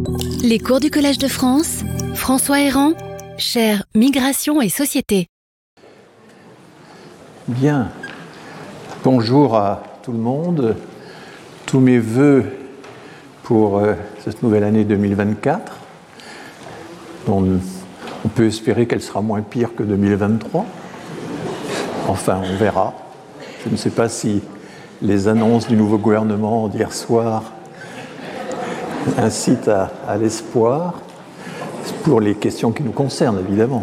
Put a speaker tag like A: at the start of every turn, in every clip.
A: Les cours du Collège de France, François Héran, chaire Migration et Société.
B: Bien, bonjour à tout le monde, tous mes vœux pour cette nouvelle année 2024, dont on peut espérer qu'elle sera moins pire que 2023, enfin on verra. Je ne sais pas si les annonces du nouveau gouvernement d'hier soir incitent à l'espoir, pour les questions qui nous concernent évidemment.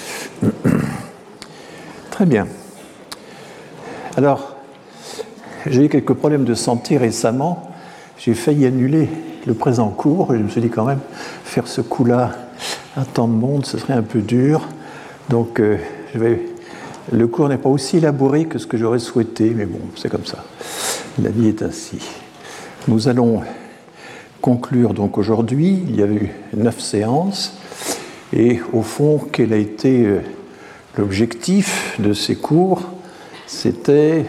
B: Très bien. Alors, j'ai eu quelques problèmes de santé récemment. J'ai failli annuler le présent cours et je me suis dit quand même, faire ce coup-là à tant de monde, ce serait un peu dur. Donc, le cours n'est pas aussi élaboré que ce que j'aurais souhaité, mais bon, c'est comme ça. La vie est ainsi. Nous allons conclure donc aujourd'hui. Il y a eu 9 séances. Et au fond, quel a été l'objectif de ces cours? C'était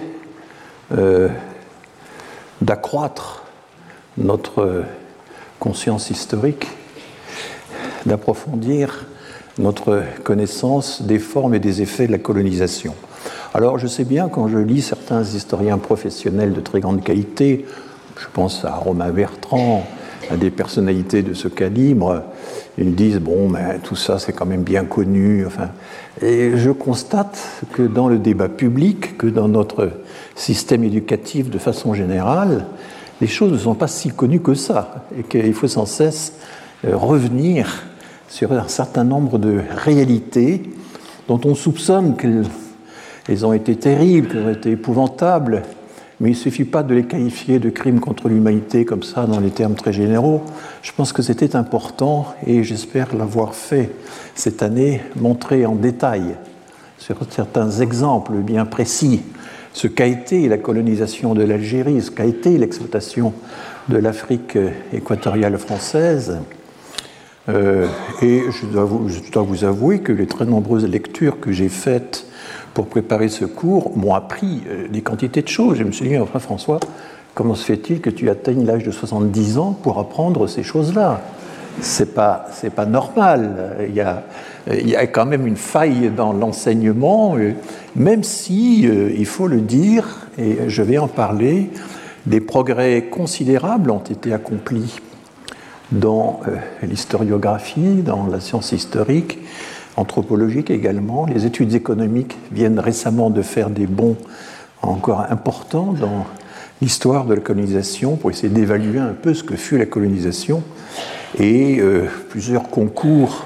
B: d'accroître notre conscience historique, d'approfondir notre connaissance des formes et des effets de la colonisation. Alors je sais bien, quand je lis certains historiens professionnels de très grande qualité, je pense à Romain Bertrand, à des personnalités de ce calibre, ils disent, bon, mais tout ça c'est quand même bien connu. Enfin, et je constate que dans le débat public, que dans notre système éducatif de façon générale, les choses ne sont pas si connues que ça, et qu'il faut sans cesse revenir sur un certain nombre de réalités dont on soupçonne qu'elles ont été terribles, qu'elles ont été épouvantables, mais il ne suffit pas de les qualifier de crimes contre l'humanité comme ça, dans les termes très généraux. Je pense que c'était important, et j'espère l'avoir fait cette année, montrer en détail, sur certains exemples bien précis, ce qu'a été la colonisation de l'Algérie, ce qu'a été l'exploitation de l'Afrique équatoriale française. Et je dois vous avouer que les très nombreuses lectures que j'ai faites pour préparer ce cours m'ont appris des quantités de choses. Je me suis dit, enfin François, comment se fait-il que tu atteignes l'âge de 70 ans pour apprendre ces choses-là? C'est pas normal. Il y a quand même une faille dans l'enseignement, même si, il faut le dire, et je vais en parler, des progrès considérables ont été accomplis dans l'historiographie, dans la science historique, anthropologique également. Les études économiques viennent récemment de faire des bonds encore importants dans l'histoire de la colonisation pour essayer d'évaluer un peu ce que fut la colonisation. Et plusieurs concours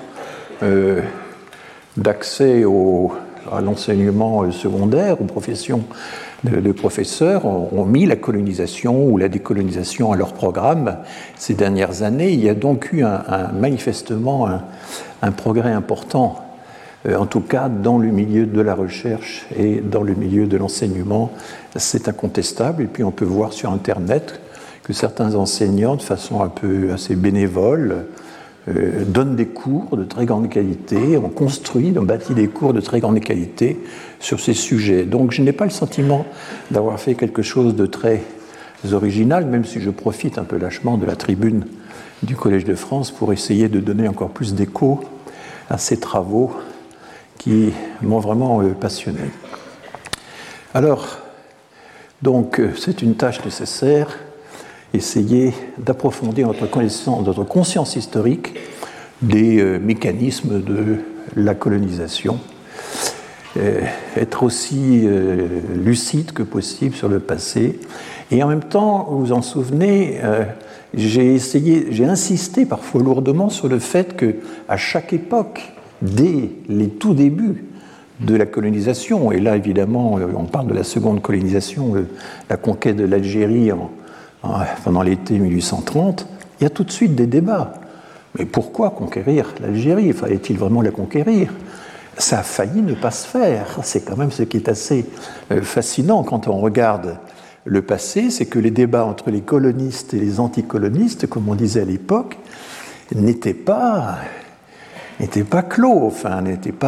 B: d'accès à l'enseignement secondaire, aux professions de professeurs, ont mis la colonisation ou la décolonisation à leur programme ces dernières années. Il y a donc eu manifestement un progrès important, en tout cas dans le milieu de la recherche et dans le milieu de l'enseignement. C'est incontestable. Et puis on peut voir sur Internet que certains enseignants, de façon assez bénévole, donnent des cours de très grande qualité, ont bâti des cours de très grande qualité sur ces sujets. Donc je n'ai pas le sentiment d'avoir fait quelque chose de très original, même si je profite un peu lâchement de la tribune du Collège de France pour essayer de donner encore plus d'écho à ces travaux qui m'ont vraiment passionné. Alors, donc, c'est une tâche nécessaire, essayer d'approfondir notre conscience historique des mécanismes de la colonisation, être aussi lucide que possible sur le passé, et en même temps, vous vous en souvenez, j'ai insisté parfois lourdement sur le fait qu'à chaque époque, dès les tout débuts de la colonisation, et là évidemment on parle de la seconde colonisation, la conquête de l'Algérie pendant l'été 1830, il y a tout de suite des débats. Mais pourquoi conquérir l'Algérie? Fallait-il vraiment la conquérir? Ça a failli ne pas se faire. C'est quand même ce qui est assez fascinant quand on regarde le passé, c'est que les débats entre les colonistes et les anticolonistes, comme on disait à l'époque, n'étaient pas clos, enfin,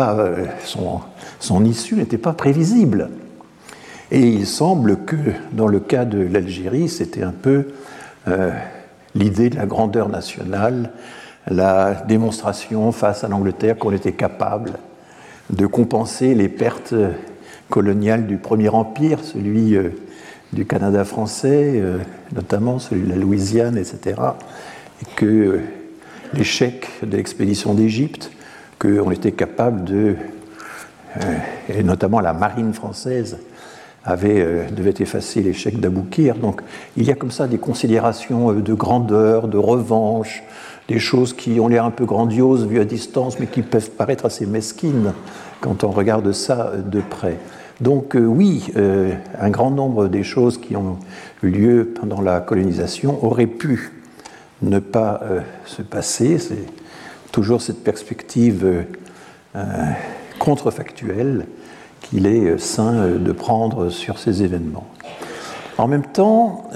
B: son issue n'était pas prévisible. Et il semble que, dans le cas de l'Algérie, c'était un peu l'idée de la grandeur nationale, la démonstration face à l'Angleterre qu'on était capable de compenser les pertes coloniales du Premier Empire, celui du Canada français, notamment celui de la Louisiane, etc., et que l'échec de l'expédition d'Égypte, qu'on était capable de, et notamment la marine française, devait effacer l'échec d'Aboukir. Donc il y a comme ça des considérations de grandeur, de revanche, des choses qui ont l'air un peu grandioses vues à distance, mais qui peuvent paraître assez mesquines quand on regarde ça de près. Donc oui, un grand nombre des choses qui ont eu lieu pendant la colonisation auraient pu ne pas se passer. C'est toujours cette perspective contrefactuelle qu'il est sain de prendre sur ces événements. En même temps,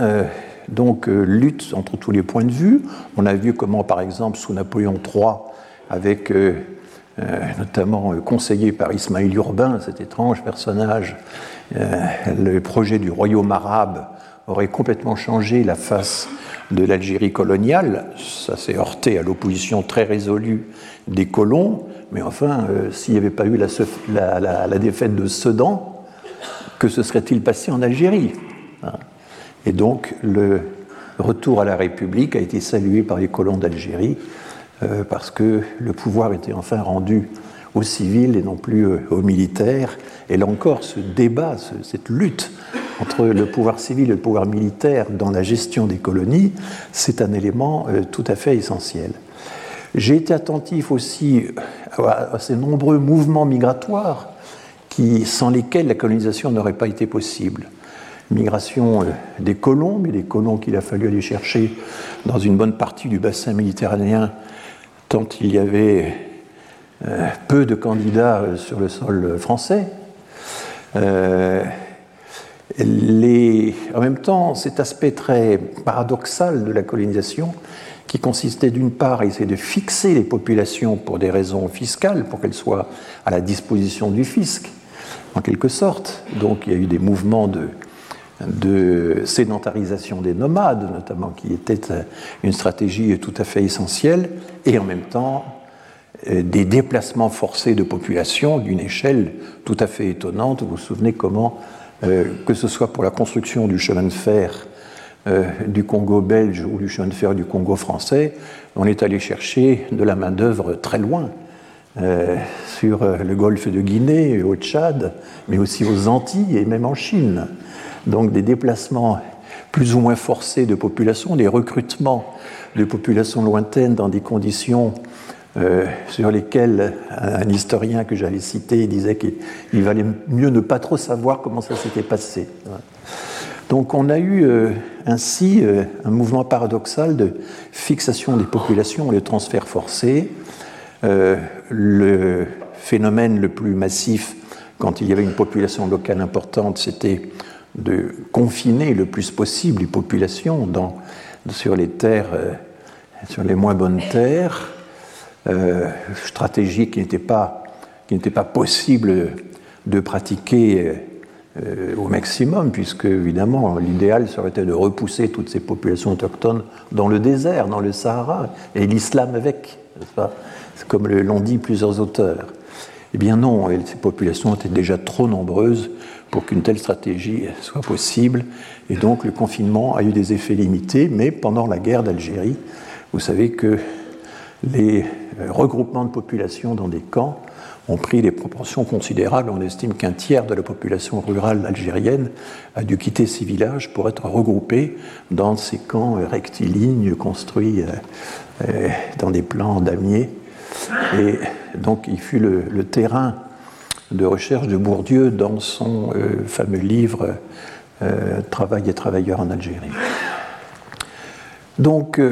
B: lutte entre tous les points de vue. On a vu comment, par exemple, sous Napoléon III, avec notamment conseillé par Ismaïl Urbain, cet étrange personnage, le projet du royaume arabe aurait complètement changé la face de l'Algérie coloniale. Ça s'est heurté à l'opposition très résolue des colons, mais enfin, s'il n'y avait pas eu la défaite de Sedan, que se serait-il passé en Algérie ? Et donc, le retour à la République a été salué par les colons d'Algérie parce que le pouvoir était enfin rendu aux civils et non plus aux militaires. Et là encore, ce débat, cette lutte entre le pouvoir civil et le pouvoir militaire dans la gestion des colonies, c'est un élément tout à fait essentiel. J'ai été attentif aussi à ces nombreux mouvements migratoires sans lesquels la colonisation n'aurait pas été possible. Migration des colons, mais des colons qu'il a fallu aller chercher dans une bonne partie du bassin méditerranéen, tant il y avait peu de candidats sur le sol français. En même temps, cet aspect très paradoxal de la colonisation, qui consistait d'une part à essayer de fixer les populations pour des raisons fiscales, pour qu'elles soient à la disposition du fisc, en quelque sorte. Donc il y a eu des mouvements de sédentarisation des nomades, notamment, qui était une stratégie tout à fait essentielle, et en même temps des déplacements forcés de population d'une échelle tout à fait étonnante. Vous vous souvenez comment, que ce soit pour la construction du chemin de fer du Congo belge ou du chemin de fer du Congo français, on est allé chercher de la main-d'œuvre très loin, sur le golfe de Guinée, au Tchad, mais aussi aux Antilles et même en Chine. Donc des déplacements plus ou moins forcés de population, des recrutements de populations lointaines dans des conditions sur lesquelles un historien que j'allais citer disait qu'il valait mieux ne pas trop savoir comment ça s'était passé. Donc on a eu ainsi un mouvement paradoxal de fixation des populations et de transfert forcé. Le phénomène le plus massif, quand il y avait une population locale importante, c'était de confiner le plus possible les populations sur les terres, sur les moins bonnes terres, stratégie qui n'était pas possible de pratiquer au maximum, puisque évidemment l'idéal serait été de repousser toutes ces populations autochtones dans le désert, dans le Sahara, et l'islam avec, n'est-ce pas ? C'est comme l'ont dit plusieurs auteurs. Eh bien non, ces populations étaient déjà trop nombreuses pour qu'une telle stratégie soit possible, et donc le confinement a eu des effets limités, mais pendant la guerre d'Algérie, vous savez que les regroupements de population dans des camps ont pris des proportions considérables. On estime qu'un tiers de la population rurale algérienne a dû quitter ces villages pour être regroupée dans ces camps rectilignes construits dans des plans damiers. Et donc il fut le terrain de recherche de Bourdieu dans son fameux livre « Travail et travailleurs en Algérie ». Donc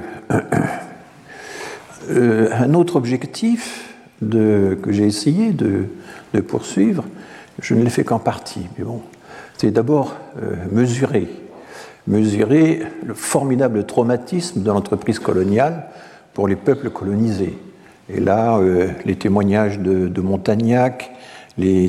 B: un autre objectif que j'ai essayé de poursuivre, je ne l'ai fait qu'en partie, mais bon, c'est d'abord mesurer le formidable traumatisme de l'entreprise coloniale pour les peuples colonisés. Et là, les témoignages de Montagnac, les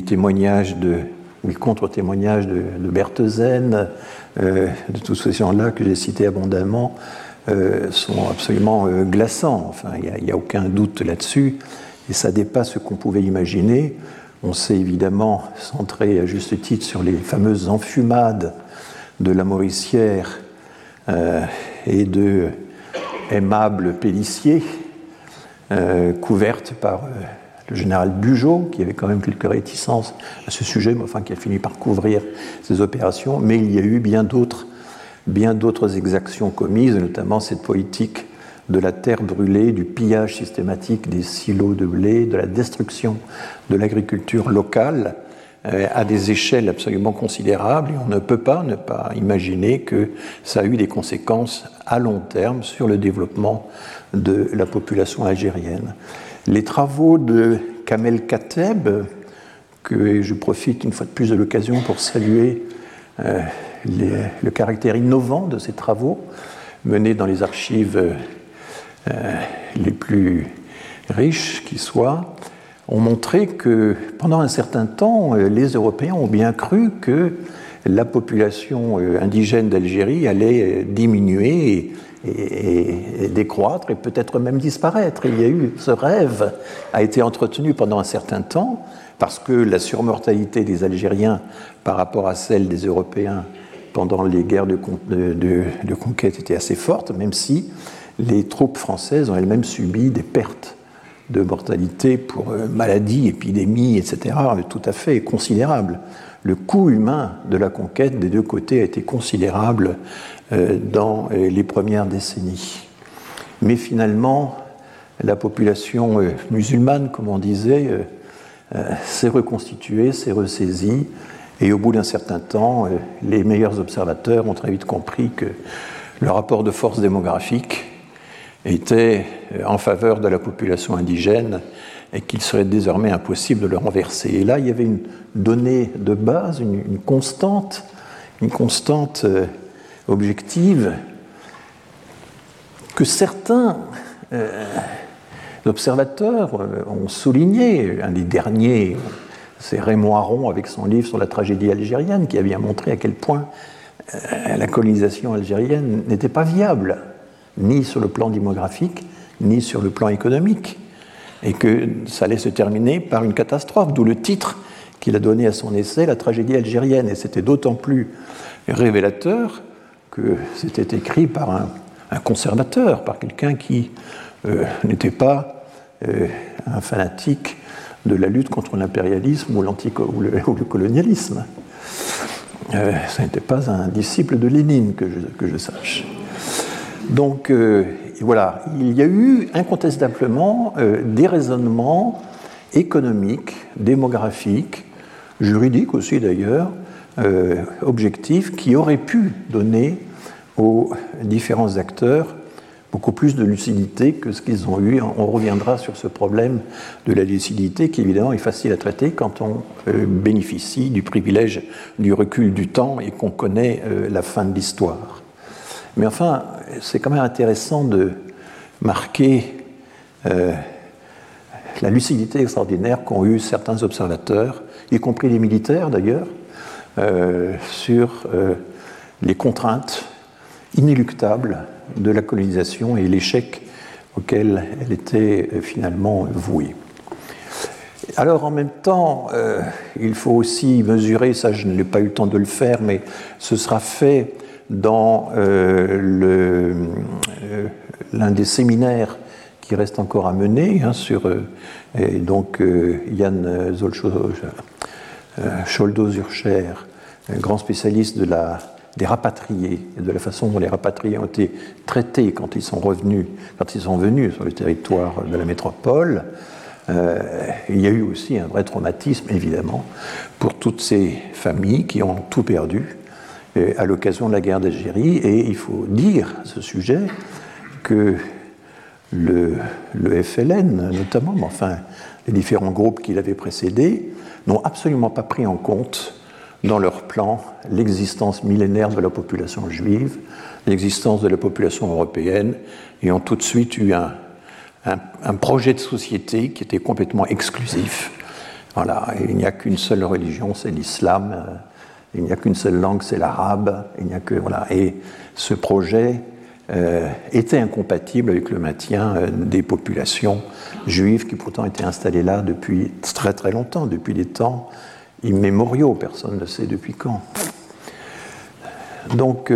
B: contre-témoignages de Berthézen, de tous ces gens-là que j'ai cités abondamment, sont absolument glaçants. Enfin, il n'y a aucun doute là-dessus, et ça dépasse ce qu'on pouvait imaginer. On s'est évidemment centré à juste titre sur les fameuses enfumades de la Mauricière et de Aimable Pélissier, couvertes par le général Bugeaud, qui avait quand même quelques réticences à ce sujet, mais enfin qui a fini par couvrir ces opérations. Mais il y a eu bien d'autres exactions commises, notamment cette politique de la terre brûlée, du pillage systématique des silos de blé, de la destruction de l'agriculture locale à des échelles absolument considérables. Et on ne peut pas ne pas imaginer que ça a eu des conséquences à long terme sur le développement de la population algérienne. Les travaux de Kamel Kateb, que je profite une fois de plus de l'occasion pour saluer le caractère innovant de ces travaux, menés dans les archives les plus riches qui soient, ont montré que pendant un certain temps, les Européens ont bien cru que la population indigène d'Algérie allait diminuer et décroître et peut-être même disparaître. Il y a eu ce rêve a été entretenu pendant un certain temps parce que la surmortalité des Algériens par rapport à celle des Européens pendant les guerres de conquête était assez forte, même si les troupes françaises ont elles-mêmes subi des pertes de mortalité pour maladies, épidémies, etc., tout à fait considérables. Le coût humain de la conquête des deux côtés a été considérable dans les premières décennies. Mais finalement, la population musulmane, comme on disait, s'est reconstituée, s'est ressaisie, et au bout d'un certain temps, les meilleurs observateurs ont très vite compris que le rapport de force démographique était en faveur de la population indigène et qu'il serait désormais impossible de le renverser. Et là, il y avait une donnée de base, une constante objective que certains observateurs ont souligné. Un des derniers, c'est Raymond Aron avec son livre sur la tragédie algérienne, qui a bien montré à quel point la colonisation algérienne n'était pas viable, ni sur le plan démographique, ni sur le plan économique, et que ça allait se terminer par une catastrophe, d'où le titre qu'il a donné à son essai, La tragédie algérienne. Et c'était d'autant plus révélateur que c'était écrit par un conservateur, par quelqu'un qui n'était pas un fanatique de la lutte contre l'impérialisme ou le colonialisme. Ça n'était pas un disciple de Lénine, que je sache. Donc, voilà, il y a eu incontestablement des raisonnements économiques, démographiques, juridiques aussi d'ailleurs, objectifs, qui auraient pu donner aux différents acteurs beaucoup plus de lucidité que ce qu'ils ont eu. On reviendra sur ce problème de la lucidité qui évidemment est facile à traiter quand on bénéficie du privilège du recul du temps et qu'on connaît la fin de l'histoire. Mais enfin, c'est quand même intéressant de marquer la lucidité extraordinaire qu'ont eu certains observateurs, y compris les militaires d'ailleurs, sur les contraintes inéluctables de la colonisation et l'échec auquel elle était finalement vouée. Alors en même temps, il faut aussi mesurer, ça je n'ai pas eu le temps de le faire, mais ce sera fait dans l'un des séminaires qui reste encore à mener sur Yann Scholdo-Zurcher, grand spécialiste des rapatriés et de la façon dont les rapatriés ont été traités quand ils sont venus sur le territoire de la métropole. Il y a eu aussi un vrai traumatisme, évidemment, pour toutes ces familles qui ont tout perdu à l'occasion de la guerre d'Algérie. Et il faut dire à ce sujet que le FLN, notamment, mais enfin les différents groupes qui l'avaient précédé, n'ont absolument pas pris en compte dans leur plan l'existence millénaire de la population juive, l'existence de la population européenne, et ont tout de suite eu un projet de société qui était complètement exclusif. Voilà, il n'y a qu'une seule religion, c'est l'islam. Il n'y a qu'une seule langue, c'est l'arabe. Et ce projet était incompatible avec le maintien des populations juives qui pourtant étaient installées là depuis très très longtemps, depuis des temps immémoriaux, personne ne sait depuis quand. Donc,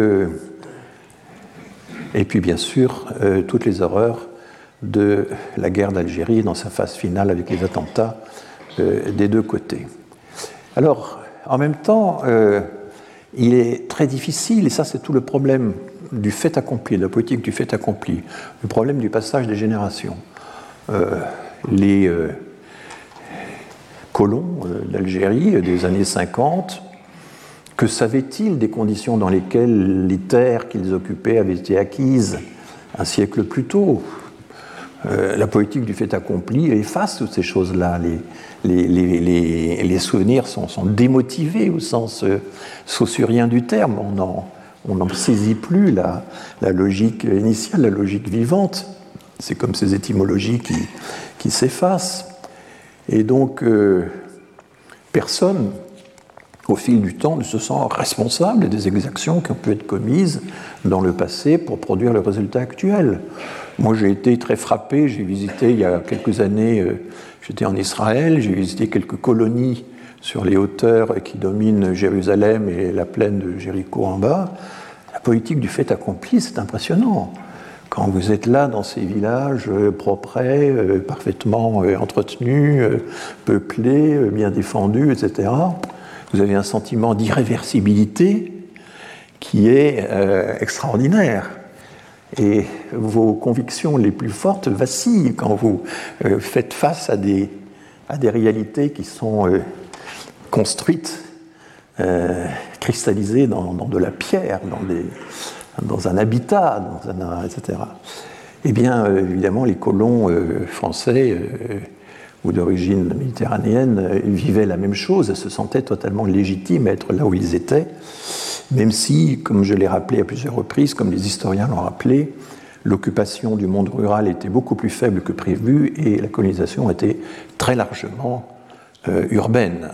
B: et puis bien sûr, toutes les horreurs de la guerre d'Algérie dans sa phase finale avec les attentats des deux côtés. Alors, en même temps, il est très difficile, et ça c'est tout le problème du fait accompli, de la politique du fait accompli, le problème du passage des générations. Les colons d'Algérie des années 50, que savaient-ils des conditions dans lesquelles les terres qu'ils occupaient avaient été acquises un siècle plus tôt? La politique du fait accompli efface toutes ces choses-là. Les souvenirs sont démotivés au sens saussurien du terme. On n'en saisit plus la logique initiale, la logique vivante. C'est comme ces étymologies qui s'effacent. Et donc, personne, au fil du temps, ne se sent responsable des exactions qui ont pu être commises dans le passé pour produire le résultat actuel. Moi, j'ai été très frappé, j'ai visité il y a quelques années, j'étais en Israël, j'ai visité quelques colonies sur les hauteurs qui dominent Jérusalem et la plaine de Jéricho en bas. La politique du fait accompli, c'est impressionnant. Quand vous êtes là dans ces villages propres, parfaitement entretenus, peuplés, bien défendus, etc., vous avez un sentiment d'irréversibilité qui est extraordinaire. Et vos convictions les plus fortes vacillent quand vous faites face à des réalités qui sont construites, cristallisées dans de la pierre, dans un habitat, etc. Eh bien, évidemment, les colons français ou d'origine méditerranéenne vivaient la même chose et se sentaient totalement légitimes à être là où ils étaient, même si, comme je l'ai rappelé à plusieurs reprises, comme les historiens l'ont rappelé, l'occupation du monde rural était beaucoup plus faible que prévu et la colonisation était très largement urbaine.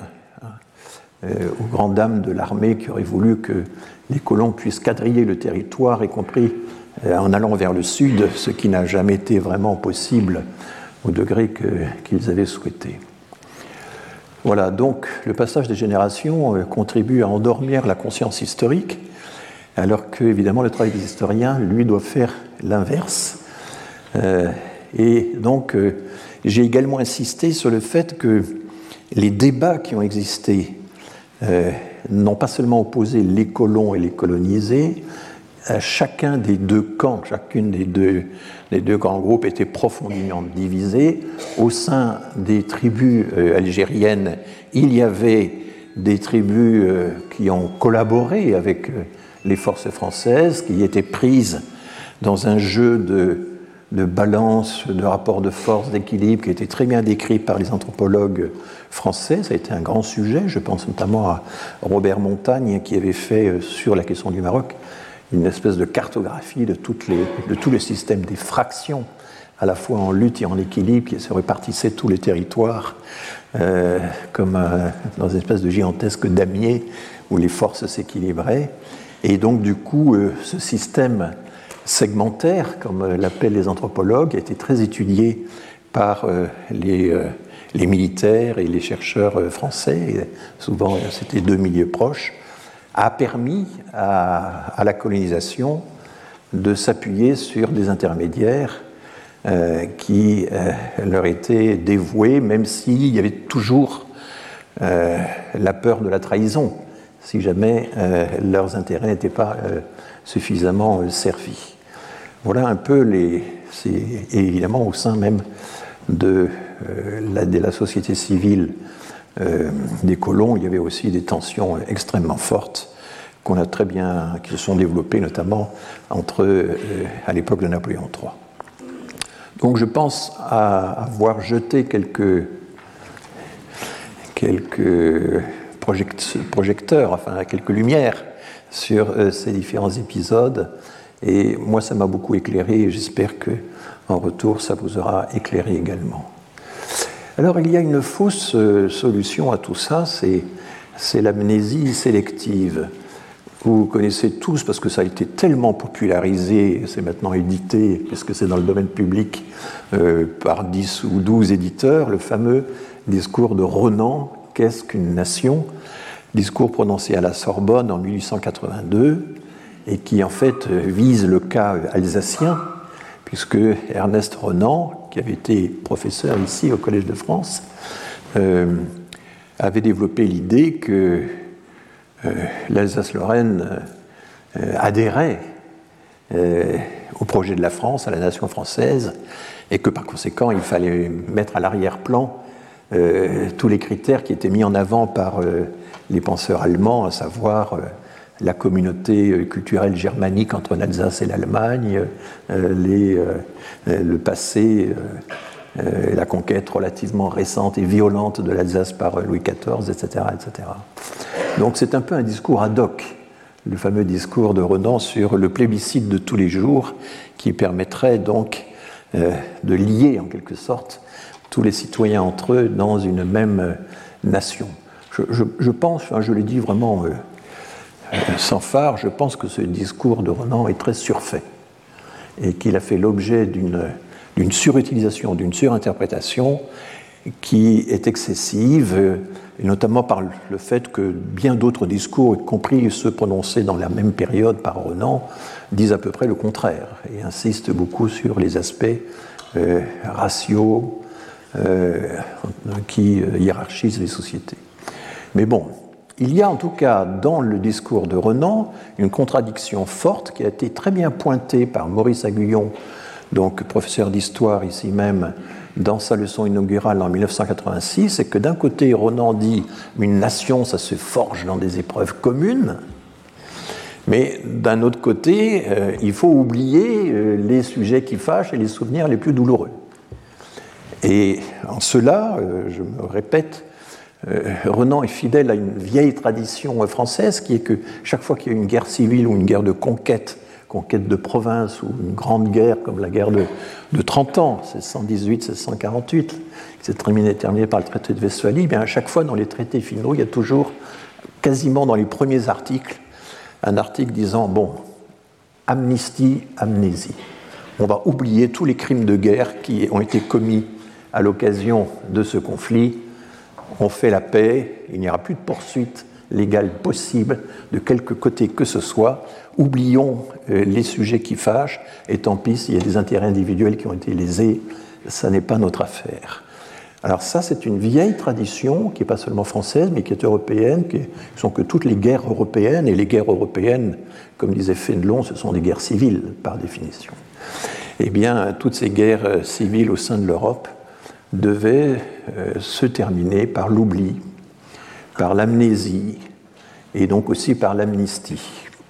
B: Aux grandes dames de l'armée qui auraient voulu que les colons puissent quadriller le territoire, y compris en allant vers le sud, ce qui n'a jamais été vraiment possible au degré qu'ils avaient souhaité. Voilà, donc le passage des générations contribue à endormir la conscience historique, alors que, évidemment, le travail des historiens, lui, doit faire l'inverse. Et donc, j'ai également insisté sur le fait que les débats qui ont existé n'ont pas seulement opposé les colons et les colonisés, chacun des deux camps, chacune des deux grands groupes était profondément divisé. Au sein des tribus algériennes, il y avait des tribus qui ont collaboré avec les forces françaises, qui étaient prises dans un jeu de balance, de rapport de force, d'équilibre, qui était très bien décrit par les anthropologues français. Ça a été un grand sujet. Je pense notamment à Robert Montagne, qui avait fait sur la question du Maroc une espèce de cartographie de tout le système des fractions, à la fois en lutte et en équilibre, qui se répartissaient tous les territoires comme dans une espèce de gigantesque damier où les forces s'équilibraient. Et donc, du coup, ce système segmentaire, comme l'appellent les anthropologues, a été très étudié par les militaires et les chercheurs français. Et souvent, c'était deux milieux proches, a permis à la colonisation de s'appuyer sur des intermédiaires qui leur étaient dévoués, même s'il y avait toujours la peur de la trahison, si jamais leurs intérêts n'étaient pas suffisamment servis. Voilà un peu et évidemment au sein même de la société civile des colons, il y avait aussi des tensions extrêmement fortes qui se sont développées notamment à l'époque de Napoléon III. Donc je pense avoir jeté quelques projecteurs, enfin quelques lumières sur ces différents épisodes. Et moi, ça m'a beaucoup éclairé et j'espère qu'en retour, ça vous aura éclairé également. Alors, il y a une fausse solution à tout ça, c'est l'amnésie sélective. vous connaissez tous, parce que ça a été tellement popularisé, c'est maintenant édité, puisque c'est dans le domaine public, par 10 ou 12 éditeurs, le fameux discours de Renan, « Qu'est-ce qu'une nation ?» discours prononcé à la Sorbonne en 1882, et qui en fait vise le cas alsacien, puisque Ernest Renan, qui avait été professeur ici au Collège de France, avait développé l'idée que l'Alsace-Lorraine adhérait au projet de la France, à la nation française, et que par conséquent il fallait mettre à l'arrière-plan tous les critères qui étaient mis en avant par les penseurs allemands, à savoir la communauté culturelle germanique entre l'Alsace et l'Allemagne, le passé, la conquête relativement récente et violente de l'Alsace par Louis XIV, etc., etc. Donc c'est un peu un discours ad hoc, le fameux discours de Renan sur le plébiscite de tous les jours, qui permettrait donc de lier en quelque sorte tous les citoyens entre eux dans une même nation. Je pense, je le dis vraiment sans phare, je pense que ce discours de Renan est très surfait et qu'il a fait l'objet d'une surutilisation, d'une surinterprétation qui est excessive, et notamment par le fait que bien d'autres discours, y compris ceux prononcés dans la même période par Renan, disent à peu près le contraire et insistent beaucoup sur les aspects raciaux qui hiérarchisent les sociétés. Mais bon, il y a en tout cas dans le discours de Renan une contradiction forte qui a été très bien pointée par Maurice Aguillon, donc professeur d'histoire ici même, dans sa leçon inaugurale en 1986, c'est que d'un côté, Renan dit « une nation, ça se forge dans des épreuves communes », mais d'un autre côté, il faut oublier les sujets qui fâchent et les souvenirs les plus douloureux. Et en cela, je me répète, Renan est fidèle à une vieille tradition française qui est que chaque fois qu'il y a une guerre civile ou une guerre de conquête de province ou une grande guerre comme la guerre de 30 ans, 1618-1648, qui s'est terminée par le traité de Westphalie, bien à chaque fois dans les traités finaux, il y a toujours, quasiment dans les premiers articles, un article disant, bon, amnistie, amnésie. On va oublier tous les crimes de guerre qui ont été commis à l'occasion de ce conflit. On fait la paix, il n'y aura plus de poursuite légale possible de quelque côté que ce soit. Oublions les sujets qui fâchent, et tant pis s'il y a des intérêts individuels qui ont été lésés, ça n'est pas notre affaire. Alors ça, c'est une vieille tradition qui n'est pas seulement française, mais qui est européenne, qui sont que toutes les guerres européennes, et les guerres européennes, comme disait Fénelon, ce sont des guerres civiles, par définition. Eh bien, toutes ces guerres civiles au sein de l'Europe devaient se terminer par l'oubli, par l'amnésie, et donc aussi par l'amnistie.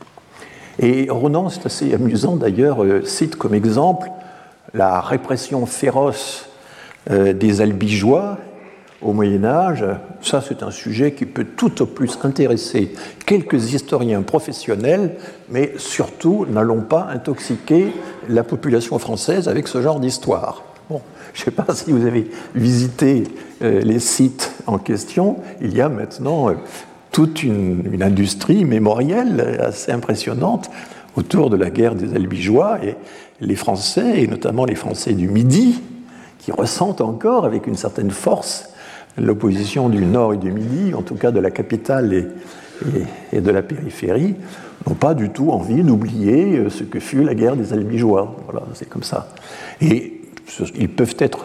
B: Et Renan, c'est assez amusant d'ailleurs, cite comme exemple la répression féroce des Albigeois au Moyen-Âge. Ça, c'est un sujet qui peut tout au plus intéresser quelques historiens professionnels, mais surtout, n'allons pas intoxiquer la population française avec ce genre d'histoire. Bon, je ne sais pas si vous avez visité les sites en question, il y a maintenant toute une industrie mémorielle assez impressionnante autour de la guerre des Albigeois, et les Français, et notamment les Français du Midi, qui ressentent encore avec une certaine force l'opposition du Nord et du Midi, en tout cas de la capitale et de la périphérie, n'ont pas du tout envie d'oublier ce que fut la guerre des Albigeois. Voilà, c'est comme ça. Et ils peuvent être,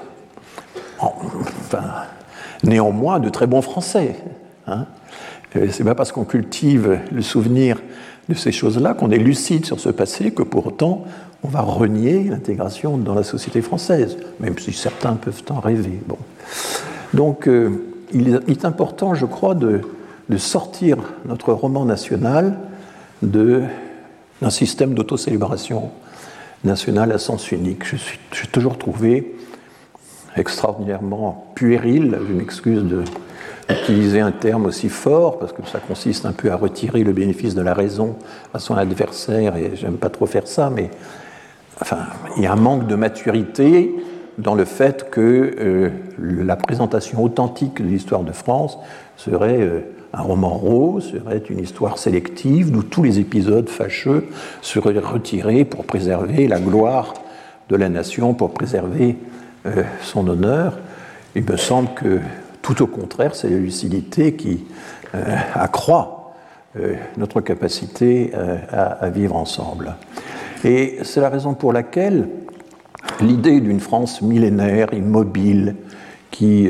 B: néanmoins, de très bons Français. Hein. C'est pas parce qu'on cultive le souvenir de ces choses-là, qu'on est lucide sur ce passé, que pour autant on va renier l'intégration dans la société française, même si certains peuvent en rêver. Bon. Donc il est important, je crois, de sortir notre roman national d'un système d'autocélébration nationale à sens unique. J'ai toujours trouvé extraordinairement puéril, je m'excuse d'utiliser un terme aussi fort, parce que ça consiste un peu à retirer le bénéfice de la raison à son adversaire, et j'aime pas trop faire ça, mais enfin, il y a un manque de maturité dans le fait que la présentation authentique de l'histoire de France serait un roman rose, serait une histoire sélective d'où tous les épisodes fâcheux seraient retirés pour préserver la gloire de la nation, pour préserver son honneur. Il me semble que tout au contraire, c'est la lucidité qui accroît notre capacité à vivre ensemble. Et c'est la raison pour laquelle l'idée d'une France millénaire, immobile, qui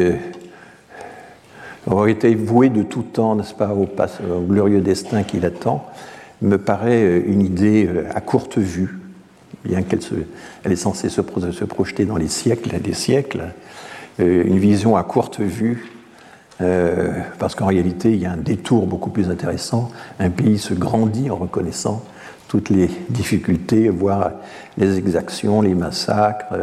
B: aurait été vouée de tout temps, n'est-ce pas, au glorieux destin qui l'attend, me paraît une idée à courte vue, bien qu'elle est censée se projeter dans les siècles et des siècles, une vision à courte vue, parce qu'en réalité, il y a un détour beaucoup plus intéressant. Un pays se grandit en reconnaissant toutes les difficultés, voire les exactions, les massacres,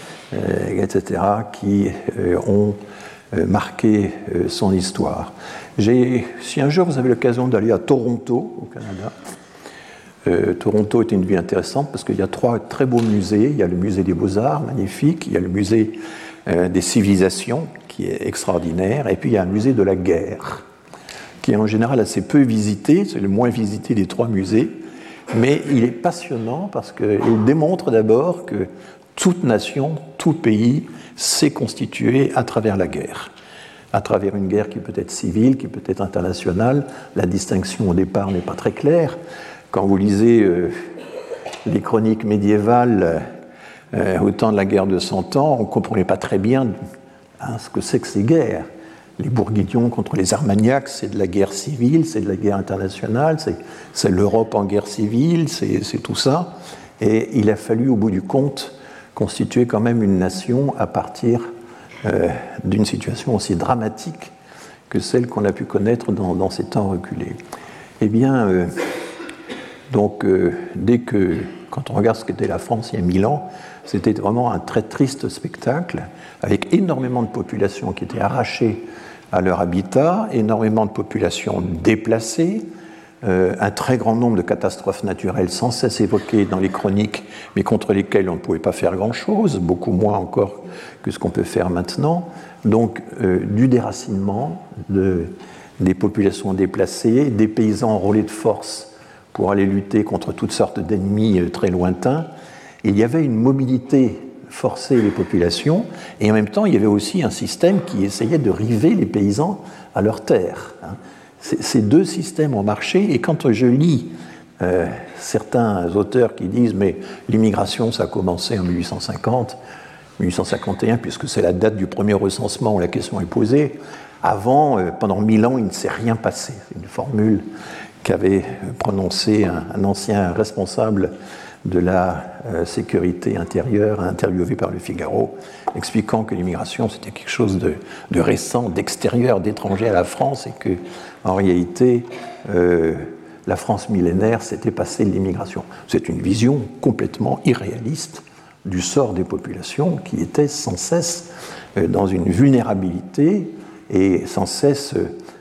B: etc., qui ont marqué son histoire. Si un jour vous avez l'occasion d'aller à Toronto, au Canada, Toronto est une ville intéressante parce qu'il y a 3 très beaux musées. Il y a le musée des Beaux-Arts, magnifique. Il y a le musée des civilisations, qui est extraordinaire. Et puis il y a un musée de la guerre, qui est en général assez peu visité. C'est le moins visité des 3 musées. Mais il est passionnant parce qu'il démontre d'abord que toute nation, tout pays s'est constitué à travers la guerre. À travers une guerre qui peut être civile, qui peut être internationale. La distinction au départ n'est pas très claire. Quand vous lisez les chroniques médiévales au temps de la guerre de 100 ans, on ne comprenait pas très bien ce que c'est que ces guerres. Les Bourguignons contre les Armagnacs, c'est de la guerre civile, c'est de la guerre internationale, c'est l'Europe en guerre civile, c'est tout ça. Et il a fallu, au bout du compte, constituer quand même une nation à partir d'une situation aussi dramatique que celle qu'on a pu connaître dans ces temps reculés. Eh bien, quand on regarde ce qu'était la France il y a 1000 ans, c'était vraiment un très triste spectacle, avec énormément de populations qui étaient arrachées à leur habitat, énormément de populations déplacées, un très grand nombre de catastrophes naturelles sans cesse évoquées dans les chroniques, mais contre lesquelles on ne pouvait pas faire grand-chose, beaucoup moins encore que ce qu'on peut faire maintenant. Donc, du déracinement des populations déplacées, des paysans enrôlés de force pour aller lutter contre toutes sortes d'ennemis très lointains. Il y avait une mobilité forcée des populations, et en même temps, il y avait aussi un système qui essayait de river les paysans à leurs terres. Ces 2 systèmes ont marché, et quand je lis certains auteurs qui disent « mais l'immigration, ça a commencé en 1850, 1851, puisque c'est la date du premier recensement où la question est posée, avant, pendant 1000 ans, il ne s'est rien passé ». C'est une formule qu'avait prononcée un ancien responsable de la sécurité intérieure, interviewé par Le Figaro, expliquant que l'immigration, c'était quelque chose de récent, d'extérieur, d'étranger à la France, et que, en réalité, la France millénaire s'était passée de l'immigration. C'est une vision complètement irréaliste du sort des populations qui étaient sans cesse dans une vulnérabilité et sans cesse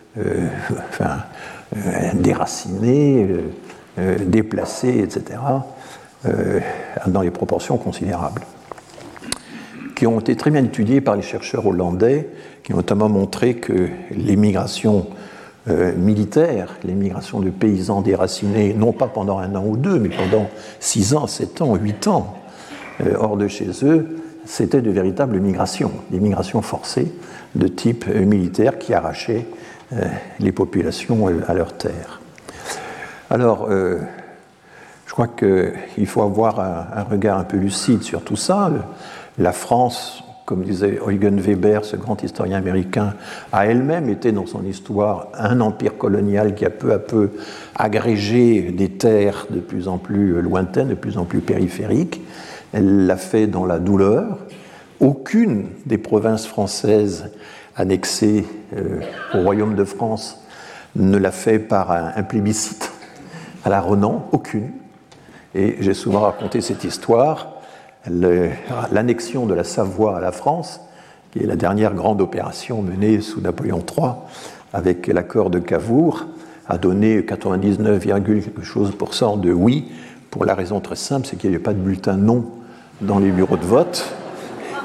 B: déracinées, déplacées, etc., dans des proportions considérables, qui ont été très bien étudiées par les chercheurs hollandais, qui ont notamment montré que l'immigration militaire, l'immigration de paysans déracinés, non pas pendant 1 an ou 2, mais pendant 6 ans, 7 ans, 8 ans, hors de chez eux, c'était de véritables migrations, des migrations forcées de type militaire qui arrachaient les populations à leurs terres. Alors, je crois qu'il faut avoir un regard un peu lucide sur tout ça. La France, comme disait Eugen Weber, ce grand historien américain, a elle-même été dans son histoire un empire colonial qui a peu à peu agrégé des terres de plus en plus lointaines, de plus en plus périphériques. Elle l'a fait dans la douleur. Aucune des provinces françaises annexées au Royaume de France ne l'a fait par un plébiscite à la Renan, aucune. Et j'ai souvent raconté cette histoire. L'annexion de la Savoie à la France, qui est la dernière grande opération menée sous Napoléon III avec l'accord de Cavour, a donné 99, quelque chose % de oui, pour la raison très simple, c'est qu'il n'y avait pas de bulletin non dans les bureaux de vote.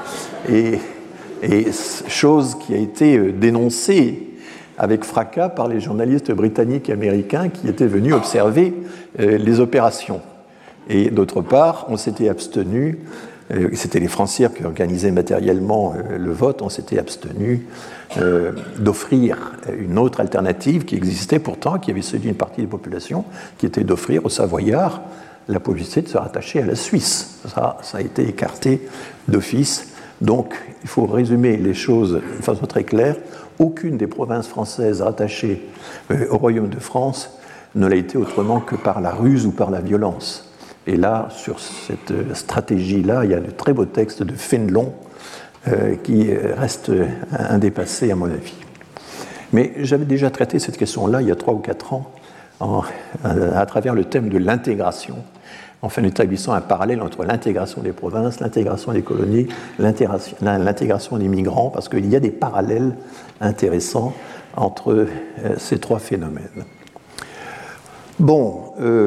B: et chose qui a été dénoncée avec fracas par les journalistes britanniques et américains qui étaient venus observer les opérations. Et d'autre part, on s'était abstenu, c'était les Français qui organisaient matériellement le vote, on s'était abstenu d'offrir une autre alternative qui existait pourtant, qui avait séduit une partie des populations, qui était d'offrir aux Savoyards la possibilité de se rattacher à la Suisse. Ça a été écarté d'office. Donc, il faut résumer les choses de façon très claire. Aucune des provinces françaises rattachées au Royaume de France ne l'a été autrement que par la ruse ou par la violence. Et là, sur cette stratégie-là, il y a de très beaux textes de Fénelon qui restent indépassés à mon avis. Mais j'avais déjà traité cette question-là il y a 3 ou 4 ans à travers le thème de l'intégration, en établissant un parallèle entre l'intégration des provinces, l'intégration des colonies, l'intégration des migrants, parce qu'il y a des parallèles intéressants entre ces 3 phénomènes. Bon,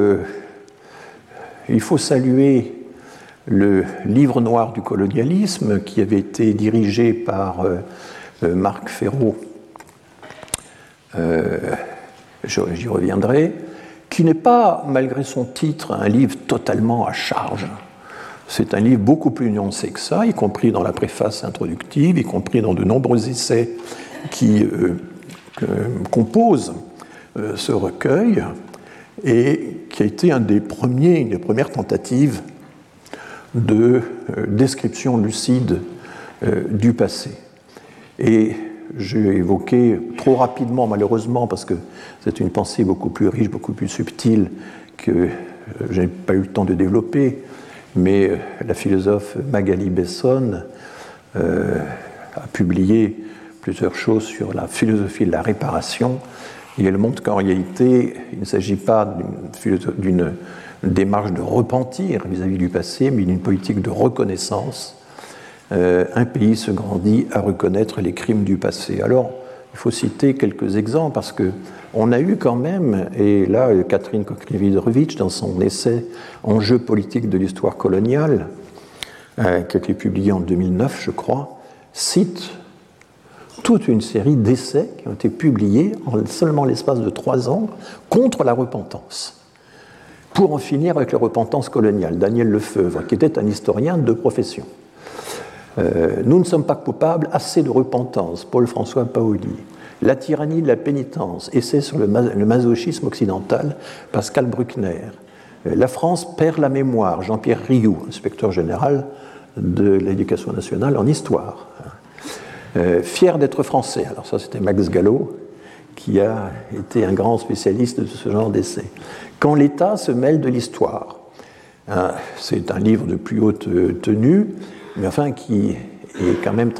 B: il faut saluer le livre noir du colonialisme qui avait été dirigé par Marc Ferraud, j'y reviendrai, qui n'est pas, malgré son titre, un livre totalement à charge. C'est un livre beaucoup plus nuancé que ça, y compris dans la préface introductive, y compris dans de nombreux essais qui composent ce recueil, et qui a été une des premières tentatives de description lucide du passé. Et j'ai évoqué trop rapidement, malheureusement, parce que c'est une pensée beaucoup plus riche, beaucoup plus subtile, que je n'ai pas eu le temps de développer, mais la philosophe Magali Besson a publié plusieurs choses sur la philosophie de la réparation, et elle montre qu'en réalité, il ne s'agit pas d'une démarche de repentir vis-à-vis du passé, mais d'une politique de reconnaissance. Un pays se grandit à reconnaître les crimes du passé. Alors, il faut citer quelques exemples, parce qu'on a eu quand même, et là, Catherine Kochniewicz, dans son essai « Enjeux politiques de l'histoire coloniale », qui a été publié en 2009, je crois, cite toute une série d'essais qui ont été publiés en seulement l'espace de 3 ans contre la repentance, pour en finir avec la repentance coloniale. Daniel Lefebvre, qui était un historien de profession. Nous ne sommes pas coupables, assez de repentance, Paul-François Paoli. La tyrannie de la pénitence, essai sur le masochisme occidental, Pascal Bruckner. La France perd la mémoire, Jean-Pierre Rioux, inspecteur général de l'Éducation nationale en histoire. Fier d'être français, alors ça c'était Max Gallo, qui a été un grand spécialiste de ce genre d'essai. Quand l'État se mêle de l'histoire, c'est un livre de plus haute tenue, mais enfin qui est quand même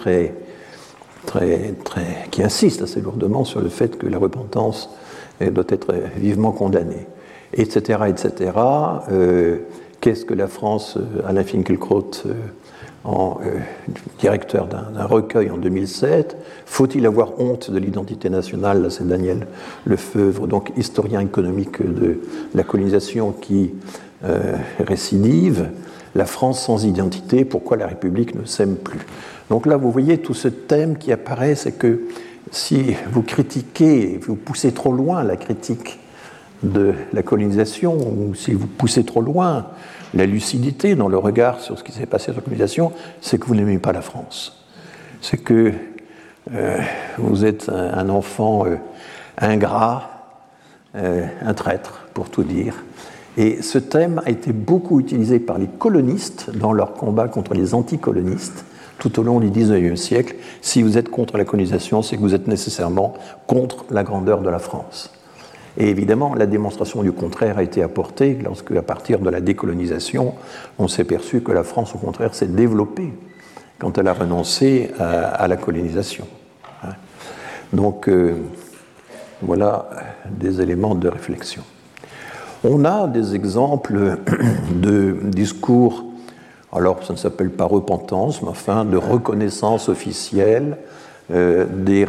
B: qui insiste assez lourdement sur le fait que la repentance doit être vivement condamnée, etc., etc. Qu'est-ce que la France, Alain Finkielkraut, en directeur d'un recueil en 2007, faut-il avoir honte de l'identité nationale? Là, c'est Daniel Lefebvre, donc historien économique de la colonisation qui récidive. La France sans identité, pourquoi la République ne s'aime plus? Donc là, vous voyez tout ce thème qui apparaît, c'est que si vous critiquez, vous poussez trop loin la critique de la colonisation, ou si vous poussez trop loin la lucidité dans le regard sur ce qui s'est passé sur la colonisation, c'est que vous n'aimez pas la France. C'est que vous êtes un enfant ingrat, un traître, pour tout dire. Et ce thème a été beaucoup utilisé par les colonistes dans leur combat contre les anticolonistes tout au long du XIXe siècle. Si vous êtes contre la colonisation, c'est que vous êtes nécessairement contre la grandeur de la France. Et évidemment, la démonstration du contraire a été apportée lorsque, à partir de la décolonisation, on s'est perçu que la France, au contraire, s'est développée quand elle a renoncé à la colonisation. Donc, voilà des éléments de réflexion. On a des exemples de discours, alors ça ne s'appelle pas repentance, mais enfin de reconnaissance officielle des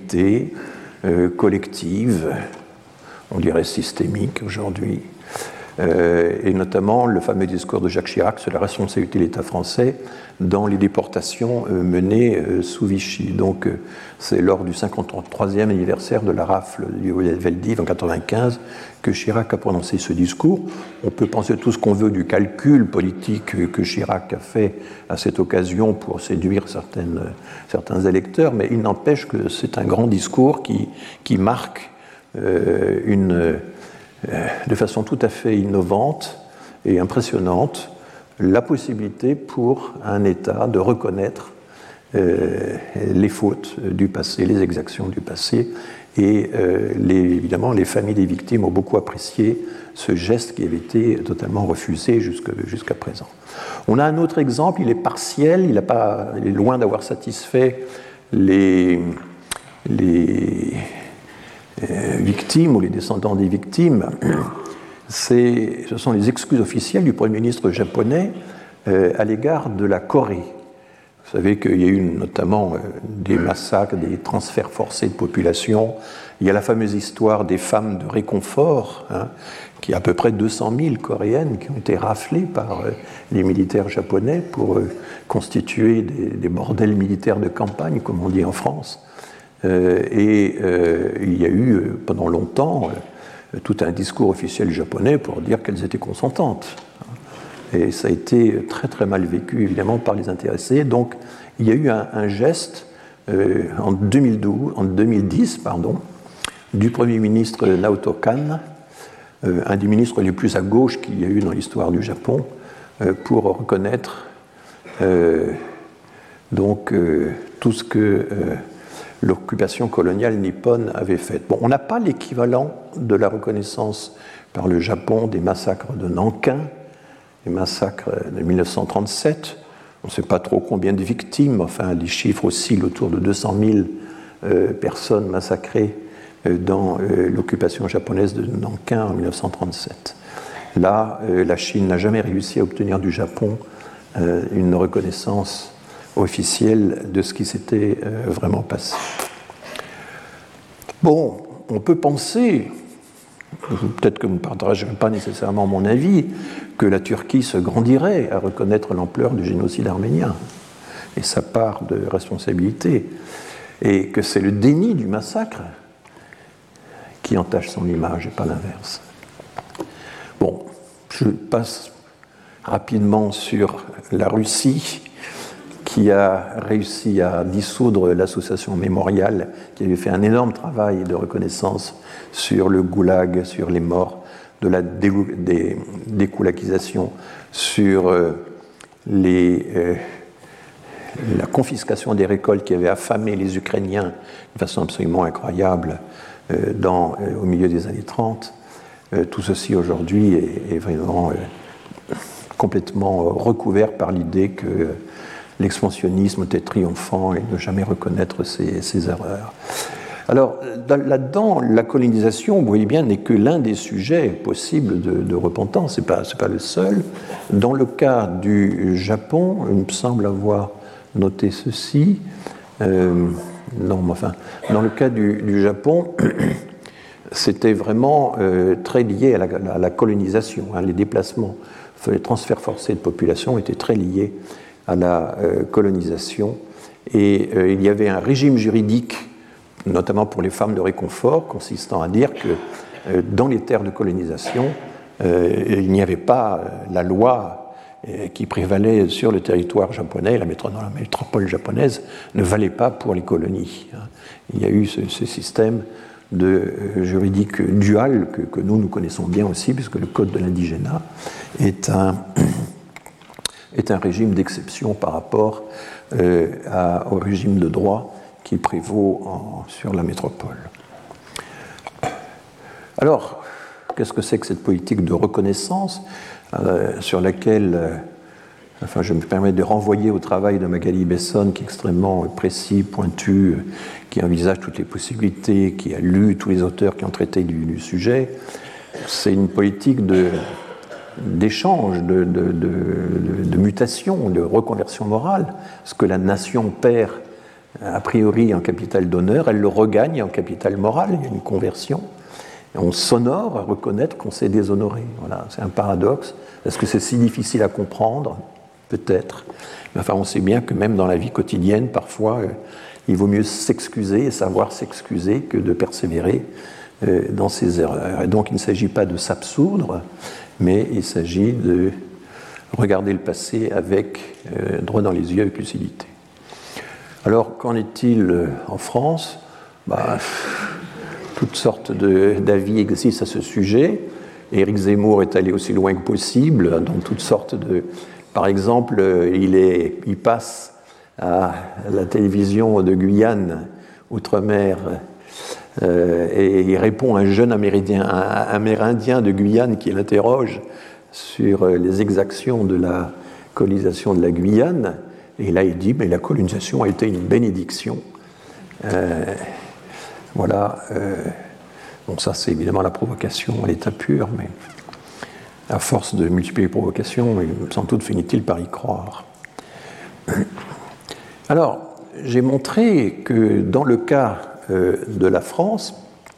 B: responsabilités collectives, on dirait systémiques aujourd'hui, et notamment le fameux discours de Jacques Chirac sur la responsabilité de l'État français dans les déportations menées sous Vichy. Donc c'est lors du 53e anniversaire de la rafle du Veldiv en 1995 que Chirac a prononcé ce discours. On peut penser tout ce qu'on veut du calcul politique que Chirac a fait à cette occasion pour séduire certains électeurs, mais il n'empêche que c'est un grand discours qui marque de façon tout à fait innovante et impressionnante la possibilité pour un État de reconnaître les fautes du passé, les exactions du passé, et évidemment les familles des victimes ont beaucoup apprécié ce geste qui avait été totalement refusé jusqu'à présent. On a un autre exemple, il est partiel, il est loin d'avoir satisfait les victimes ou les descendants des victimes. Ce sont les excuses officielles du Premier ministre japonais à l'égard de la Corée. Vous savez qu'il y a eu notamment des massacres, des transferts forcés de population. Il y a la fameuse histoire des femmes de réconfort, qui est à peu près 200 000 Coréennes qui ont été raflées par les militaires japonais pour constituer des bordels militaires de campagne, comme on dit en France. Il y a eu pendant longtemps tout un discours officiel japonais pour dire qu'elles étaient consentantes. Et ça a été très très mal vécu évidemment par les intéressés. Donc il y a eu un geste en 2010 du Premier ministre Naoto Kan, un des ministres les plus à gauche qu'il y a eu dans l'histoire du Japon, pour reconnaître tout ce que l'occupation coloniale nippone avait fait. Bon, on n'a pas l'équivalent de la reconnaissance par le Japon des massacres de Nankin, les massacres de 1937. On ne sait pas trop combien de victimes, enfin les chiffres oscillent autour de 200 000 personnes massacrées dans l'occupation japonaise de Nankin en 1937. Là, la Chine n'a jamais réussi à obtenir du Japon une reconnaissance officielle de ce qui s'était vraiment passé. Bon, on peut penser, peut-être que vous ne partagerez pas nécessairement mon avis, que la Turquie se grandirait à reconnaître l'ampleur du génocide arménien et sa part de responsabilité, et que c'est le déni du massacre qui entache son image et pas l'inverse. Bon, je passe rapidement sur la Russie, qui a réussi à dissoudre l'association mémoriale, qui avait fait un énorme travail de reconnaissance sur le goulag, sur les morts, de la découlakisation, sur la confiscation des récoltes qui avait affamé les Ukrainiens de façon absolument incroyable au milieu des années 30. Tout ceci aujourd'hui est vraiment complètement recouvert par l'idée que l'expansionnisme était triomphant et ne jamais reconnaître ses erreurs. Alors, là-dedans, la colonisation, vous voyez bien, n'est que l'un des sujets possibles de repentance, ce n'est pas le seul. Dans le cas du Japon, il me semble avoir noté ceci. Dans le cas du Japon, c'était vraiment très lié à la colonisation. Les déplacements, les transferts forcés de population étaient très liés à la colonisation, et il y avait un régime juridique, notamment pour les femmes de réconfort, consistant à dire que dans les terres de colonisation, il n'y avait pas la loi qui prévalait sur le territoire japonais, dans la métropole japonaise, ne valait pas pour les colonies. Il y a eu ce système juridique dual que nous connaissons bien aussi, puisque le code de l'indigénat est un régime d'exception par rapport au régime de droit qui prévaut sur la métropole. Alors, qu'est-ce que c'est que cette politique de reconnaissance sur laquelle je me permets de renvoyer au travail de Magali Besson, qui est extrêmement précis, pointu, qui envisage toutes les possibilités, qui a lu tous les auteurs qui ont traité du sujet. C'est une politique d'échange, de mutation, de reconversion morale. Ce que la nation perd a priori en capital d'honneur, elle le regagne en capital moral, il y a une conversion. on s'honore à reconnaître qu'on s'est déshonoré. Voilà, c'est un paradoxe. Est-ce que c'est si difficile à comprendre? Peut-être. Mais enfin, on sait bien que même dans la vie quotidienne, parfois, il vaut mieux s'excuser et savoir s'excuser que de persévérer dans ses erreurs. Et donc, il ne s'agit pas de s'absoudre, mais il s'agit de regarder le passé avec droit dans les yeux, avec lucidité. Alors, qu'en est-il en France? Toutes sortes d'avis existent à ce sujet. Éric Zemmour est allé aussi loin que possible dans toutes sortes de... Par exemple, il passe à la télévision de Guyane, Outre-mer, et il répond à un jeune Amérindien de Guyane qui l'interroge sur les exactions de la colonisation de la Guyane. Et là, il dit, mais la colonisation a été une bénédiction. Voilà. Bon, ça, c'est évidemment la provocation à l'état pur, mais à force de multiplier les provocations, sans doute finit-il par y croire. Alors, j'ai montré que dans le cas de la France,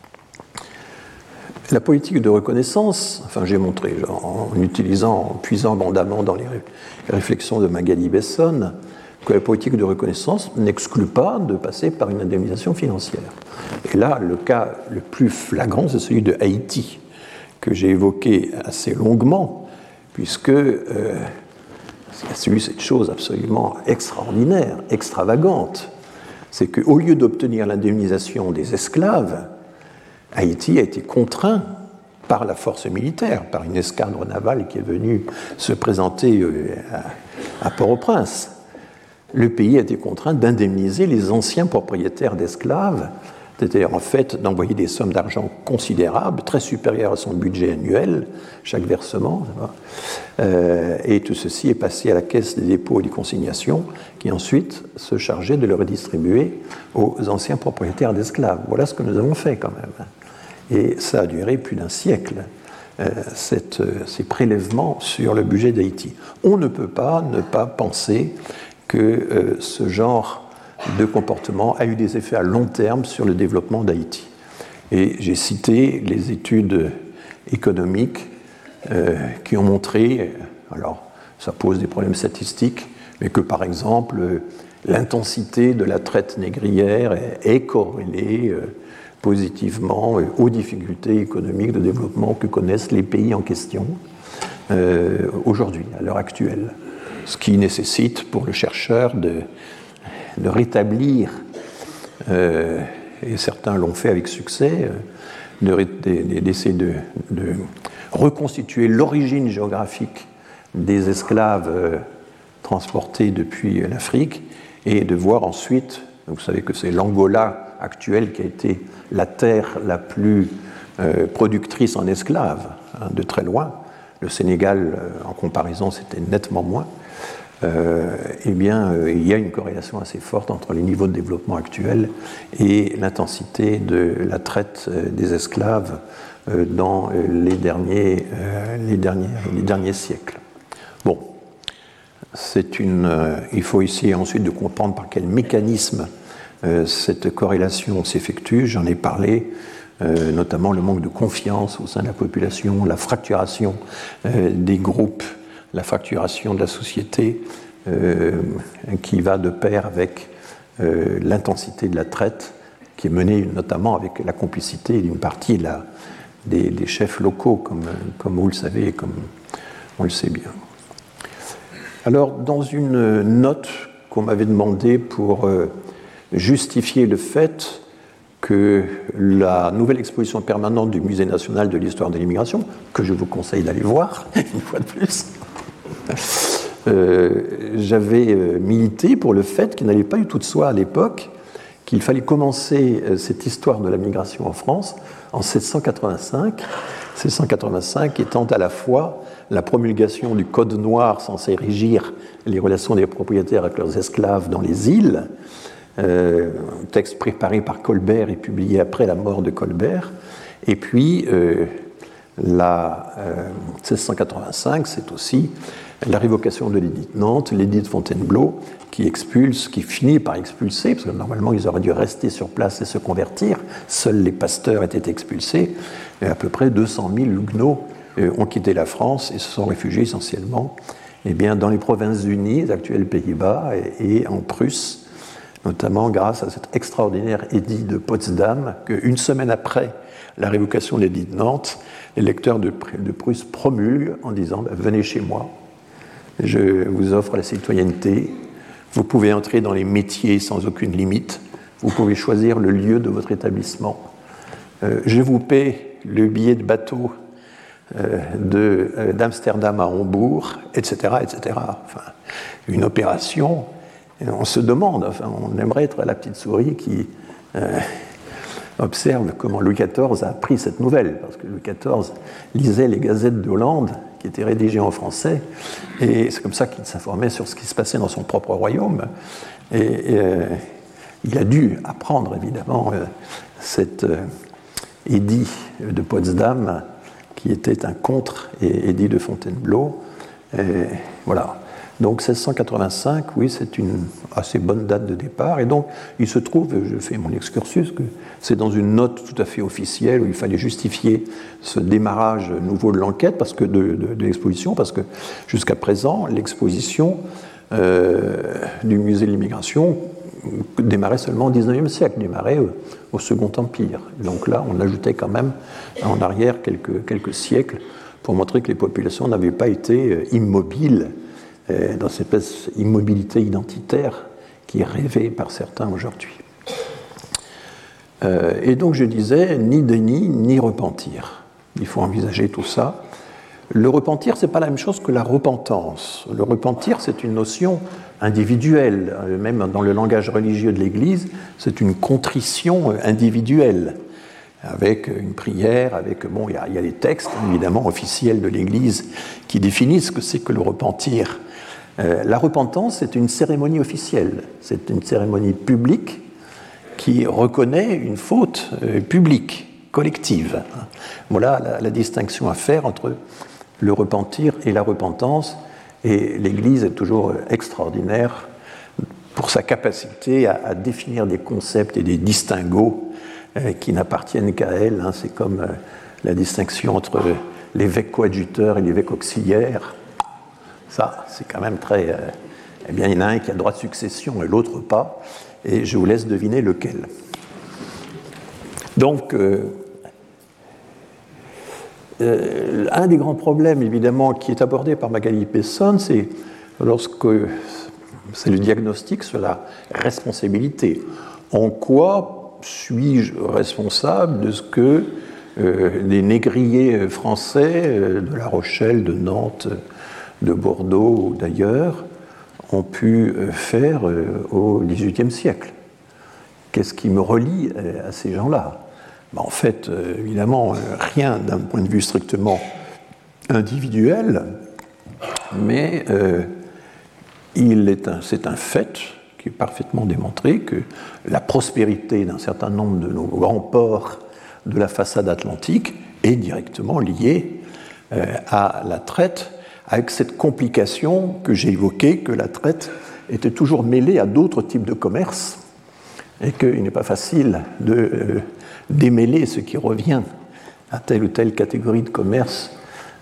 B: la politique de reconnaissance, enfin j'ai montré en puisant abondamment dans les réflexions de Magali Besson, que la politique de reconnaissance n'exclut pas de passer par une indemnisation financière. Et là, le cas le plus flagrant, c'est celui de Haïti, que j'ai évoqué assez longuement, puisque il y a celui cette chose absolument extraordinaire, extravagante, c'est qu'au lieu d'obtenir l'indemnisation des esclaves, Haïti a été contraint par la force militaire, par une escadre navale qui est venue se présenter à Port-au-Prince. Le pays a été contraint d'indemniser les anciens propriétaires d'esclaves, c'est-à-dire en fait d'envoyer des sommes d'argent considérables, très supérieures à son budget annuel, chaque versement. Et tout ceci est passé à la Caisse des dépôts et des consignations, qui ensuite se chargeait de le redistribuer aux anciens propriétaires d'esclaves. Voilà ce que nous avons fait quand même. Et ça a duré plus d'un siècle, ces prélèvements sur le budget d'Haïti. On ne peut pas ne pas penser que ce genre de comportement a eu des effets à long terme sur le développement d'Haïti. Et j'ai cité les études économiques qui ont montré, alors ça pose des problèmes statistiques, mais que par exemple l'intensité de la traite négrière est corrélée positivement aux difficultés économiques de développement que connaissent les pays en question aujourd'hui, à l'heure actuelle. Ce qui nécessite pour le chercheur de rétablir, et certains l'ont fait avec succès, d'essayer de reconstituer l'origine géographique des esclaves transportés depuis l'Afrique et de voir ensuite, vous savez que c'est l'Angola actuelle qui a été la terre la plus productrice en esclaves, de très loin. Le Sénégal, en comparaison, c'était nettement moins. Eh bien, il y a une corrélation assez forte entre les niveaux de développement actuels et l'intensité de la traite des esclaves dans les derniers siècles. Bon, il faut essayer ensuite de comprendre par quel mécanisme cette corrélation s'effectue. J'en ai parlé, notamment le manque de confiance au sein de la population, la fracturation des groupes, la fracturation de la société qui va de pair avec l'intensité de la traite qui est menée notamment avec la complicité d'une partie des chefs locaux, comme vous le savez et comme on le sait bien. Alors, dans une note qu'on m'avait demandé pour justifier le fait que la nouvelle exposition permanente du Musée national de l'histoire de l'immigration, que je vous conseille d'aller voir, une fois de plus, j'avais milité pour le fait qu'il n'allait pas du tout de soi à l'époque, qu'il fallait commencer cette histoire de la migration en France en 1785, 1785 étant à la fois la promulgation du Code noir censé régir les relations des propriétaires avec leurs esclaves dans les îles, texte préparé par Colbert et publié après la mort de Colbert, et puis la 1685, c'est aussi la révocation de l'édit de Nantes, l'édit de Fontainebleau, qui finit par expulser, parce que normalement ils auraient dû rester sur place et se convertir, seuls les pasteurs étaient expulsés, et à peu près 200 000 huguenots ont quitté la France et se sont réfugiés essentiellement dans les Provinces-Unies, les actuels Pays-Bas, et en Prusse, notamment grâce à cet extraordinaire édit de Potsdam, qu'une semaine après la révocation de l'édit de Nantes, les lecteurs de Prusse promulguent en disant « Venez chez moi, je vous offre la citoyenneté, vous pouvez entrer dans les métiers sans aucune limite, vous pouvez choisir le lieu de votre établissement, je vous paie le billet de bateau d'Amsterdam à Hambourg, etc. etc. » Enfin, une opération, on se demande, on aimerait être la petite souris qui observe comment Louis XIV a appris cette nouvelle, parce que Louis XIV lisait les gazettes de Hollande, qui étaient rédigées en français, et c'est comme ça qu'il s'informait sur ce qui se passait dans son propre royaume. Et il a dû apprendre, évidemment, cet édit de Potsdam, qui était un contre-édit de Fontainebleau. Et voilà. Donc 1685, oui, c'est une assez bonne date de départ. Et donc, il se trouve, je fais mon excursus, que c'est dans une note tout à fait officielle où il fallait justifier ce démarrage nouveau de l'enquête de l'exposition, parce que jusqu'à présent, l'exposition du musée de l'immigration démarrait seulement au XIXe siècle, démarrait au Second Empire. Donc là, on ajoutait quand même en arrière quelques siècles pour montrer que les populations n'avaient pas été immobiles dans cette espèce d'immobilité identitaire qui est rêvée par certains aujourd'hui. Et donc je disais, ni déni, ni repentir. Il faut envisager tout ça. Le repentir, ce n'est pas la même chose que la repentance. Le repentir, c'est une notion individuelle. Même dans le langage religieux de l'Église, c'est une contrition individuelle, avec une prière, il y a des textes, évidemment, officiels de l'Église qui définissent ce que c'est que le repentir. La repentance, c'est une cérémonie officielle, c'est une cérémonie publique qui reconnaît une faute publique, collective. Voilà la distinction à faire entre le repentir et la repentance, et l'Église est toujours extraordinaire pour sa capacité à définir des concepts et des distinguos qui n'appartiennent qu'à elle. C'est comme la distinction entre l'évêque coadjuteur et l'évêque auxiliaire. Ça, c'est quand même très... il y en a un qui a le droit de succession et l'autre pas, et je vous laisse deviner lequel. Donc, un des grands problèmes, évidemment, qui est abordé par Magali Pesson, c'est le diagnostic sur la responsabilité. En quoi suis-je responsable de ce que les négriers français de La Rochelle, de Nantes, de Bordeaux ou d'ailleurs ont pu faire au XVIIIe siècle? Qu'est-ce qui me relie à ces gens-là? En fait, évidemment, rien d'un point de vue strictement individuel, mais c'est un fait qui est parfaitement démontré que la prospérité d'un certain nombre de nos grands ports de la façade atlantique est directement liée à la traite, avec cette complication que j'ai évoquée, que la traite était toujours mêlée à d'autres types de commerce, et qu'il n'est pas facile de démêler ce qui revient à telle ou telle catégorie de commerce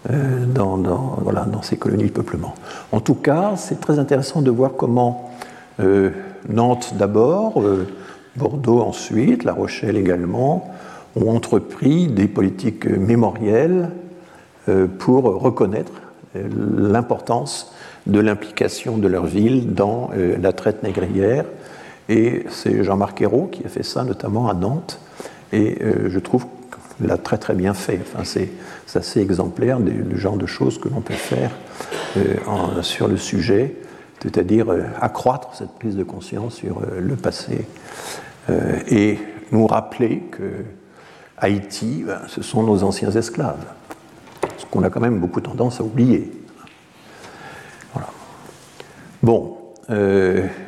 B: dans ces colonies de peuplement. En tout cas, c'est très intéressant de voir comment Nantes d'abord, Bordeaux ensuite, La Rochelle également, ont entrepris des politiques mémorielles pour reconnaître l'importance de l'implication de leur ville dans la traite négrière. Et c'est Jean-Marc Ayrault qui a fait ça, notamment à Nantes. Et je trouve qu'il l'a très très bien fait. Enfin, c'est assez exemplaire du genre de choses que l'on peut faire sur le sujet, c'est-à-dire accroître cette prise de conscience sur le passé et nous rappeler que Haïti, ce sont nos anciens esclaves, ce qu'on a quand même beaucoup tendance à oublier. Voilà. Bon,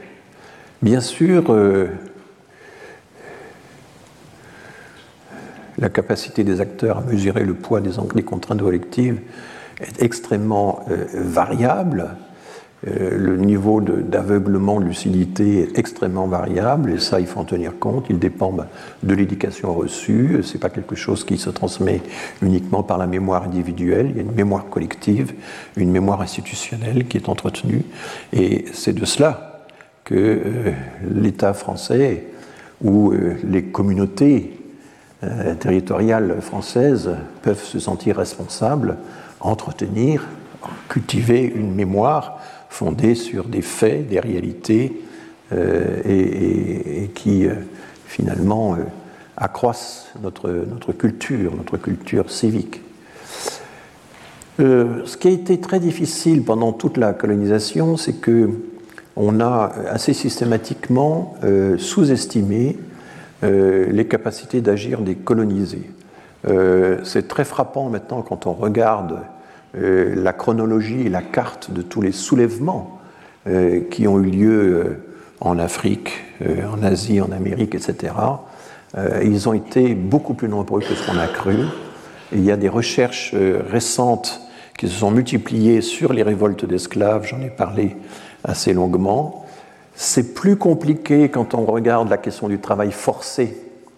B: bien sûr, la capacité des acteurs à mesurer le poids des contraintes collectives est extrêmement variable. Le niveau d'aveuglement, de lucidité est extrêmement variable, et ça, il faut en tenir compte. Il dépend de l'éducation reçue. Ce n'est pas quelque chose qui se transmet uniquement par la mémoire individuelle. Il y a une mémoire collective, une mémoire institutionnelle qui est entretenue. Et c'est de cela que l'État français ou les communautés territoriales françaises peuvent se sentir responsables, entretenir, cultiver une mémoire fondée sur des faits, des réalités, et qui finalement accroissent notre culture civique. Ce qui a été très difficile pendant toute la colonisation, c'est qu'on a assez systématiquement sous-estimé les capacités d'agir des colonisés. C'est très frappant maintenant quand on regarde la chronologie et la carte de tous les soulèvements qui ont eu lieu en Afrique, en Asie, en Amérique, etc. Ils ont été beaucoup plus nombreux que ce qu'on a cru. Il y a des recherches récentes qui se sont multipliées sur les révoltes d'esclaves, j'en ai parlé assez longuement. C'est plus compliqué quand on regarde la question du travail forcé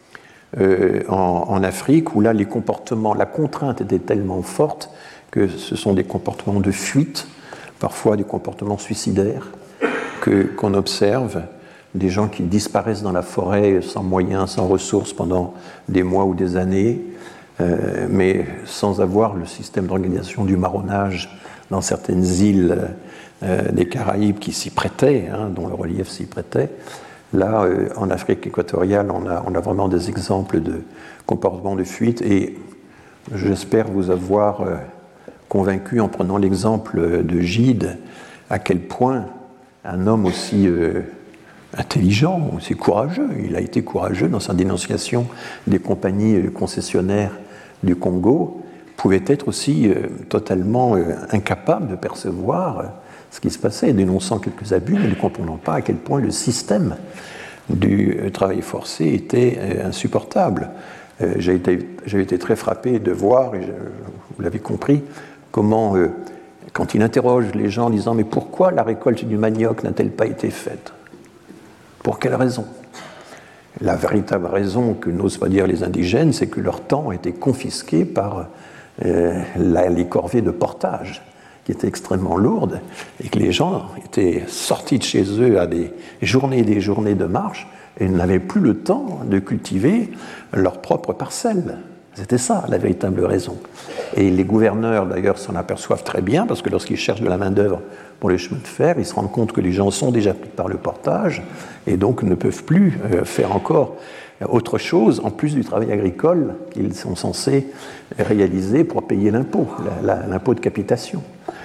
B: en Afrique, où là les comportements, la contrainte était tellement forte que ce sont des comportements de fuite, parfois des comportements suicidaires qu'on observe, des gens qui disparaissent dans la forêt sans moyens, sans ressources pendant des mois ou des années, mais sans avoir le système d'organisation du marronnage dans certaines îles des Caraïbes qui s'y prêtaient, dont le relief s'y prêtait. Là, en Afrique équatoriale, on a vraiment des exemples de comportements de fuite, et j'espère vous avoir convaincu en prenant l'exemple de Gide à quel point un homme aussi intelligent, aussi courageux, il a été courageux dans sa dénonciation des compagnies concessionnaires du Congo, pouvait être aussi totalement incapable de percevoir ce qui se passait, dénonçant quelques abus, mais ne comprenant pas à quel point le système du travail forcé était insupportable. J'ai été très frappé de voir, et vous l'avez compris, comment, quand il interroge les gens en disant « Mais pourquoi la récolte du manioc n'a-t-elle pas été faite ? Pour quelle raison ?» La véritable raison que n'osent pas dire les indigènes, c'est que leur temps a été confisqué par les corvées de portage, qui étaient extrêmement lourdes, et que les gens étaient sortis de chez eux à des journées et des journées de marche, et n'avaient plus le temps de cultiver leurs propres parcelles. C'était ça, la véritable raison. Et les gouverneurs, d'ailleurs, s'en aperçoivent très bien, parce que lorsqu'ils cherchent de la main-d'œuvre pour les chemins de fer, ils se rendent compte que les gens sont déjà pris par le portage, et donc ne peuvent plus faire encore autre chose, en plus du travail agricole qu'ils sont censés réaliser pour payer l'impôt, l'impôt de capitation.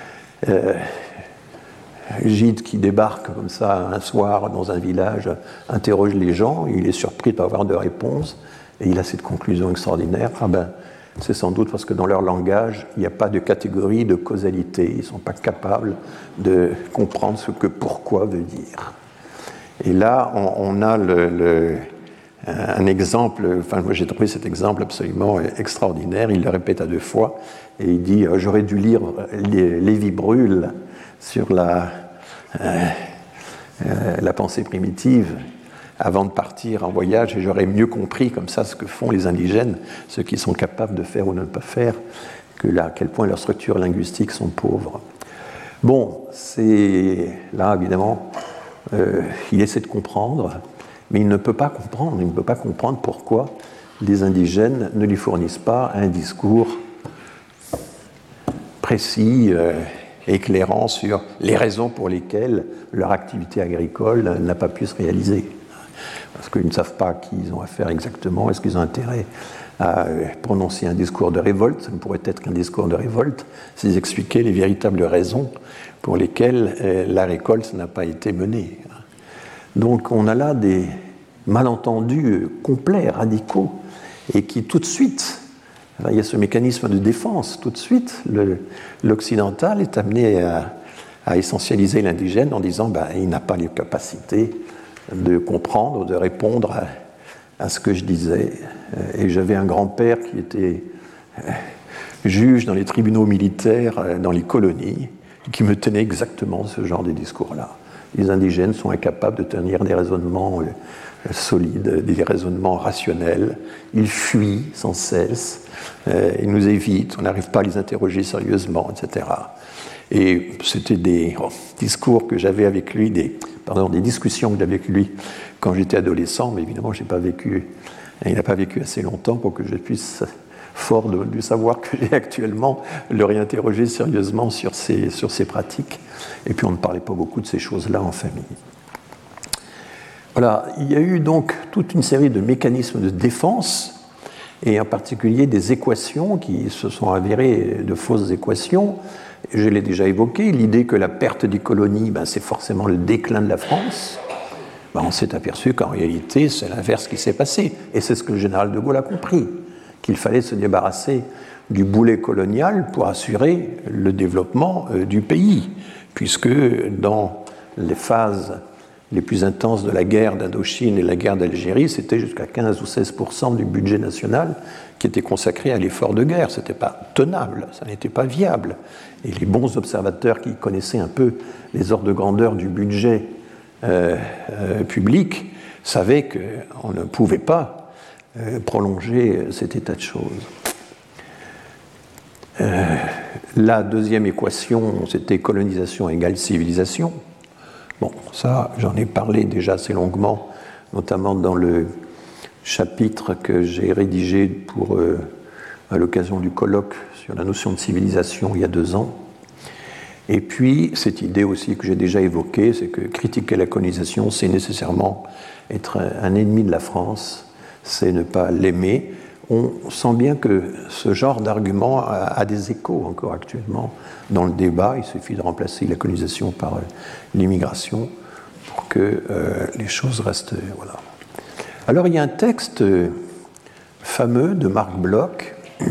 B: Gide, qui débarque comme ça un soir dans un village, interroge les gens, il est surpris de ne pas avoir de réponse, et il a cette conclusion extraordinaire. C'est sans doute parce que dans leur langage, il n'y a pas de catégorie de causalité. Ils ne sont pas capables de comprendre ce que pourquoi veut dire. Et là, on a un exemple, moi j'ai trouvé cet exemple absolument extraordinaire. Il le répète à 2 fois, et il dit « J'aurais dû lire Lévi-Brûle sur la pensée primitive ». Avant de partir en voyage, et j'aurais mieux compris comme ça ce que font les indigènes, ce qu'ils sont capables de faire ou de ne pas faire, à quel point leurs structures linguistiques sont pauvres. Bon, c'est là, évidemment, il essaie de comprendre, mais il ne peut pas comprendre pourquoi les indigènes ne lui fournissent pas un discours précis, éclairant sur les raisons pour lesquelles leur activité agricole n'a pas pu se réaliser. Parce qu'ils ne savent pas à qui ils ont affaire exactement. Est-ce qu'ils ont intérêt à prononcer un discours de révolte? Ça ne pourrait être qu'un discours de révolte s'ils expliquaient les véritables raisons pour lesquelles la récolte n'a pas été menée. Donc on a là des malentendus complets, radicaux, et qui tout de suite, il y a ce mécanisme de défense, tout de suite, l'occidental est amené à essentialiser l'indigène en disant il n'a pas les capacités de comprendre, de répondre à ce que je disais. Et j'avais un grand-père qui était juge dans les tribunaux militaires dans les colonies, qui me tenait exactement ce genre de discours-là. Les indigènes sont incapables de tenir des raisonnements solides, des raisonnements rationnels. Ils fuient sans cesse, ils nous évitent, on n'arrive pas à les interroger sérieusement, etc. Et c'était des discours que j'avais avec lui, des discussions que j'avais avec lui quand j'étais adolescent, mais évidemment, il n'a pas vécu assez longtemps pour que je puisse, fort du savoir que j'ai actuellement, le réinterroger sérieusement sur ses pratiques. Et puis on ne parlait pas beaucoup de ces choses-là en famille. Voilà, il y a eu donc toute une série de mécanismes de défense, et en particulier des équations qui se sont avérées de fausses équations. Je l'ai déjà évoqué, l'idée que la perte des colonies, c'est forcément le déclin de la France. On s'est aperçu qu'en réalité, c'est l'inverse qui s'est passé. Et c'est ce que le général de Gaulle a compris, qu'il fallait se débarrasser du boulet colonial pour assurer le développement du pays, puisque dans les phases les plus intenses de la guerre d'Indochine et la guerre d'Algérie, c'était jusqu'à 15 ou 16% du budget national qui était consacré à l'effort de guerre. Ce n'était pas tenable, ça n'était pas viable. Et les bons observateurs qui connaissaient un peu les ordres de grandeur du budget public savaient qu'on ne pouvait pas prolonger cet état de choses. La deuxième équation, c'était colonisation égale civilisation. Bon, ça, j'en ai parlé déjà assez longuement, notamment dans le chapitre que j'ai rédigé à l'occasion du colloque sur la notion de civilisation il y a 2 ans. Et puis, cette idée aussi que j'ai déjà évoquée, c'est que critiquer la colonisation, c'est nécessairement être un ennemi de la France, c'est ne pas l'aimer. On sent bien que ce genre d'argument a des échos encore actuellement dans le débat. Il suffit de remplacer la colonisation par l'immigration pour que les choses restent... Voilà. Alors, il y a un texte fameux de Marc Bloch.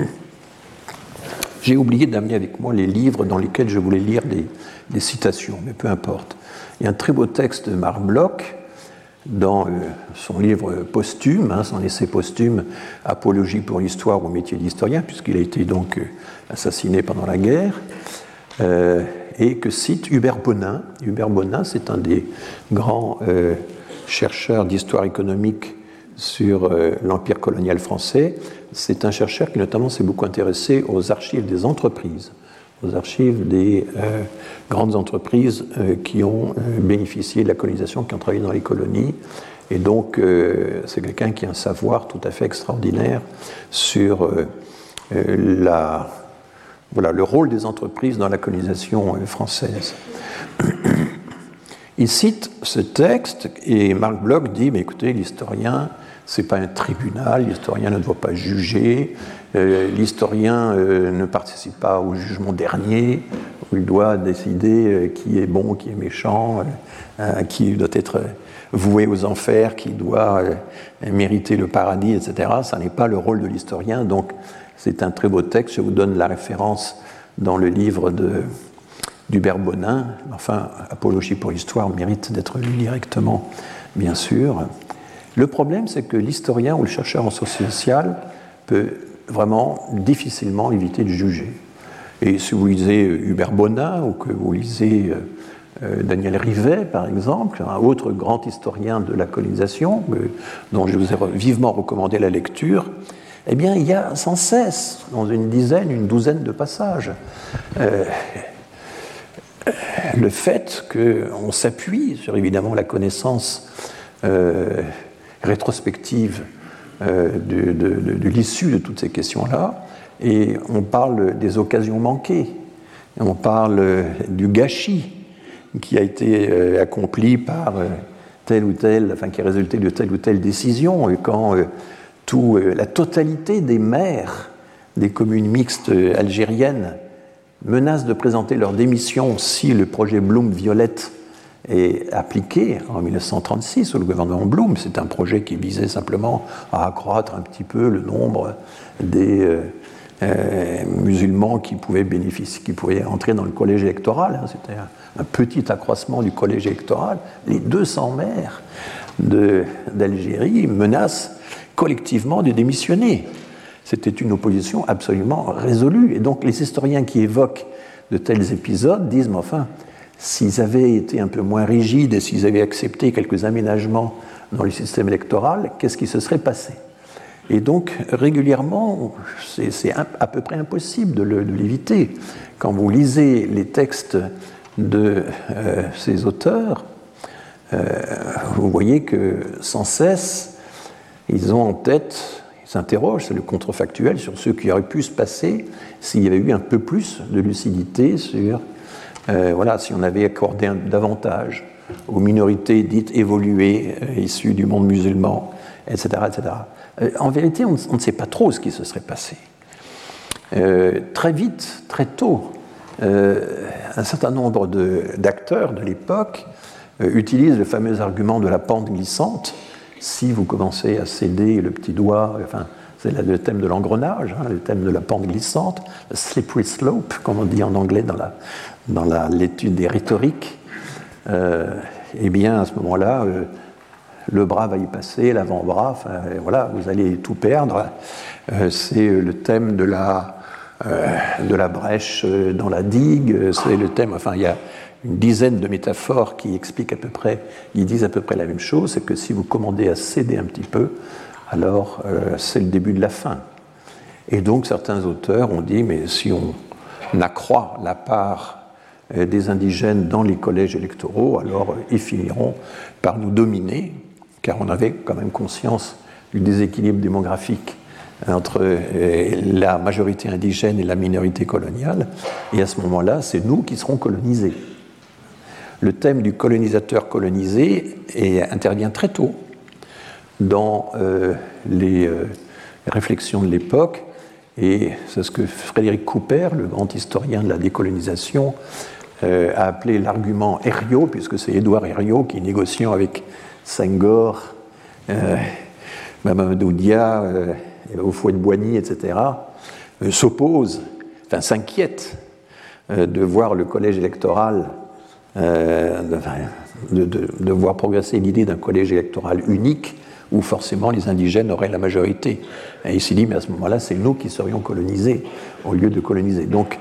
B: J'ai oublié d'amener avec moi les livres dans lesquels je voulais lire des citations, mais peu importe. Il y a un très beau texte de Marc Bloch dans son livre posthume, son essai posthume « Apologie pour l'histoire au métier d'historien », puisqu'il a été donc assassiné pendant la guerre, et que cite Hubert Bonin. Hubert Bonin, c'est un des grands chercheurs d'histoire économique sur l'empire colonial français. C'est un chercheur qui notamment s'est beaucoup intéressé aux archives des entreprises, aux archives des grandes entreprises qui ont bénéficié de la colonisation, qui ont travaillé dans les colonies. Et donc, c'est quelqu'un qui a un savoir tout à fait extraordinaire sur le rôle des entreprises dans la colonisation française. Il cite ce texte et Marc Bloch dit, mais écoutez, l'historien, ce n'est pas un tribunal, l'historien ne doit pas juger, l'historien ne participe pas au jugement dernier, où il doit décider qui est bon, qui est méchant, qui doit être voué aux enfers, qui doit mériter le paradis, etc. Ça n'est pas le rôle de l'historien, donc c'est un très beau texte. Je vous donne la référence dans le livre d'Hubert Bonin. Enfin, Apologie pour l'histoire mérite d'être lu directement, bien sûr. Le problème, c'est que l'historien ou le chercheur en sciences sociales peut vraiment difficilement éviter de juger. Et si vous lisez Hubert Bonin ou que vous lisez Daniel Rivet, par exemple, un autre grand historien de la colonisation, dont je vous ai vivement recommandé la lecture, eh bien, il y a sans cesse, dans une douzaine de passages, le fait qu'on s'appuie sur, évidemment, la connaissance rétrospective de l'issue de toutes ces questions-là, et on parle des occasions manquées, on parle du gâchis qui a été accompli par telle ou telle, enfin qui est résulté de telle ou telle décision, et quand la totalité des maires des communes mixtes algériennes menacent de présenter leur démission si le projet Blum-Violette est appliqué en 1936 sous le gouvernement Blum. C'est un projet qui visait simplement à accroître un petit peu le nombre des musulmans qui pouvaient entrer dans le collège électoral. C'était un petit accroissement du collège électoral. Les 200 maires d'Algérie menacent collectivement de démissionner. C'était une opposition absolument résolue. Et donc les historiens qui évoquent de tels épisodes disent, mais enfin, s'ils avaient été un peu moins rigides et s'ils avaient accepté quelques aménagements dans le système électoral, qu'est-ce qui se serait passé? Et donc, régulièrement, c'est à peu près impossible de l'éviter. Quand vous lisez les textes de ces auteurs, vous voyez que sans cesse, ils ont en tête, ils s'interrogent, c'est le contrefactuel, sur ce qui aurait pu se passer s'il y avait eu un peu plus de lucidité sur, voilà, si on avait accordé davantage aux minorités dites évoluées, issues du monde musulman, etc., etc. En vérité, on ne sait pas trop ce qui se serait passé. Très vite, très tôt, un certain nombre d'acteurs de l'époque utilisent le fameux argument de la pente glissante. Si vous commencez à céder le petit doigt, enfin, c'est le thème de l'engrenage, hein, le thème de la pente glissante, le slippery slope, comme on dit en anglais dans l'étude des rhétoriques, eh bien, à ce moment-là, le bras va y passer, l'avant-bras, enfin, voilà, vous allez tout perdre. C'est le thème de la brèche dans la digue, c'est le thème, enfin, il y a une dizaine de métaphores qui expliquent à peu près, ils disent à peu près la même chose, c'est que si vous commandez à céder un petit peu, alors c'est le début de la fin. Et donc certains auteurs ont dit, mais si on accroît la part des indigènes dans les collèges électoraux, alors ils finiront par nous dominer, car on avait quand même conscience du déséquilibre démographique entre la majorité indigène et la minorité coloniale, et à ce moment-là, c'est nous qui serons colonisés. Le thème du colonisateur colonisé intervient très tôt dans les réflexions de l'époque, et c'est ce que Frédéric Cooper, le grand historien de la décolonisation, a appelé l'argument Herriot, puisque c'est Édouard Herriot qui, négociant avec Senghor, Mamadou Dia, Houphouët-Boigny, etc., s'oppose, enfin s'inquiète de voir le collège électoral, de voir progresser l'idée d'un collège électoral unique où forcément les indigènes auraient la majorité. Et il s'est dit, mais à ce moment-là, c'est nous qui serions colonisés au lieu de coloniser. Donc,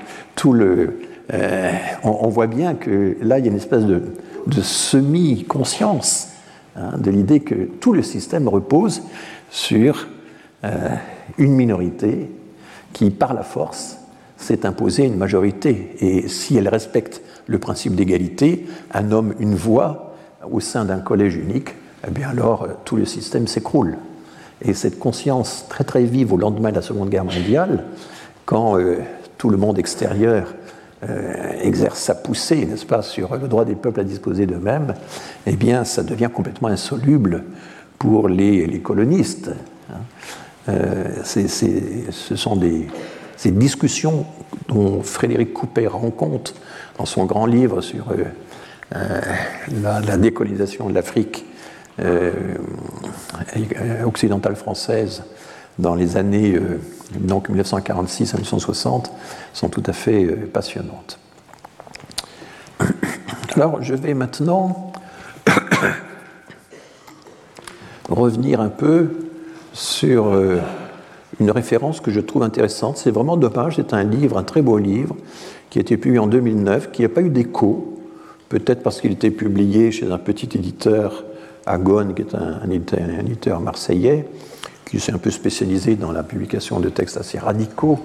B: on voit bien que là, il y a une espèce de semi-conscience, hein, de l'idée que tout le système repose sur une minorité qui, par la force, s'est imposée une majorité. Et si elle respecte le principe d'égalité, un homme, une voix, au sein d'un collège unique, eh bien alors tout le système s'écroule. Et cette conscience très très vive au lendemain de la Seconde Guerre mondiale, quand tout le monde extérieur exerce sa poussée, n'est-ce pas, sur le droit des peuples à disposer d'eux-mêmes, eh bien ça devient complètement insoluble pour les colonistes. Ce sont ces discussions dont Frédéric Cooper rend compte dans son grand livre sur la décolonisation de l'Afrique occidentale française dans les années donc 1946 à 1960 sont tout à fait passionnantes. Alors je vais maintenant revenir un peu sur une référence que je trouve intéressante. C'est vraiment dommage, c'est un livre, un très beau livre, qui a été publié en 2009, qui n'a pas eu d'écho, peut-être parce qu'il était publié chez un petit éditeur à Ghosn, qui est un éditeur marseillais, qui s'est un peu spécialisé dans la publication de textes assez radicaux.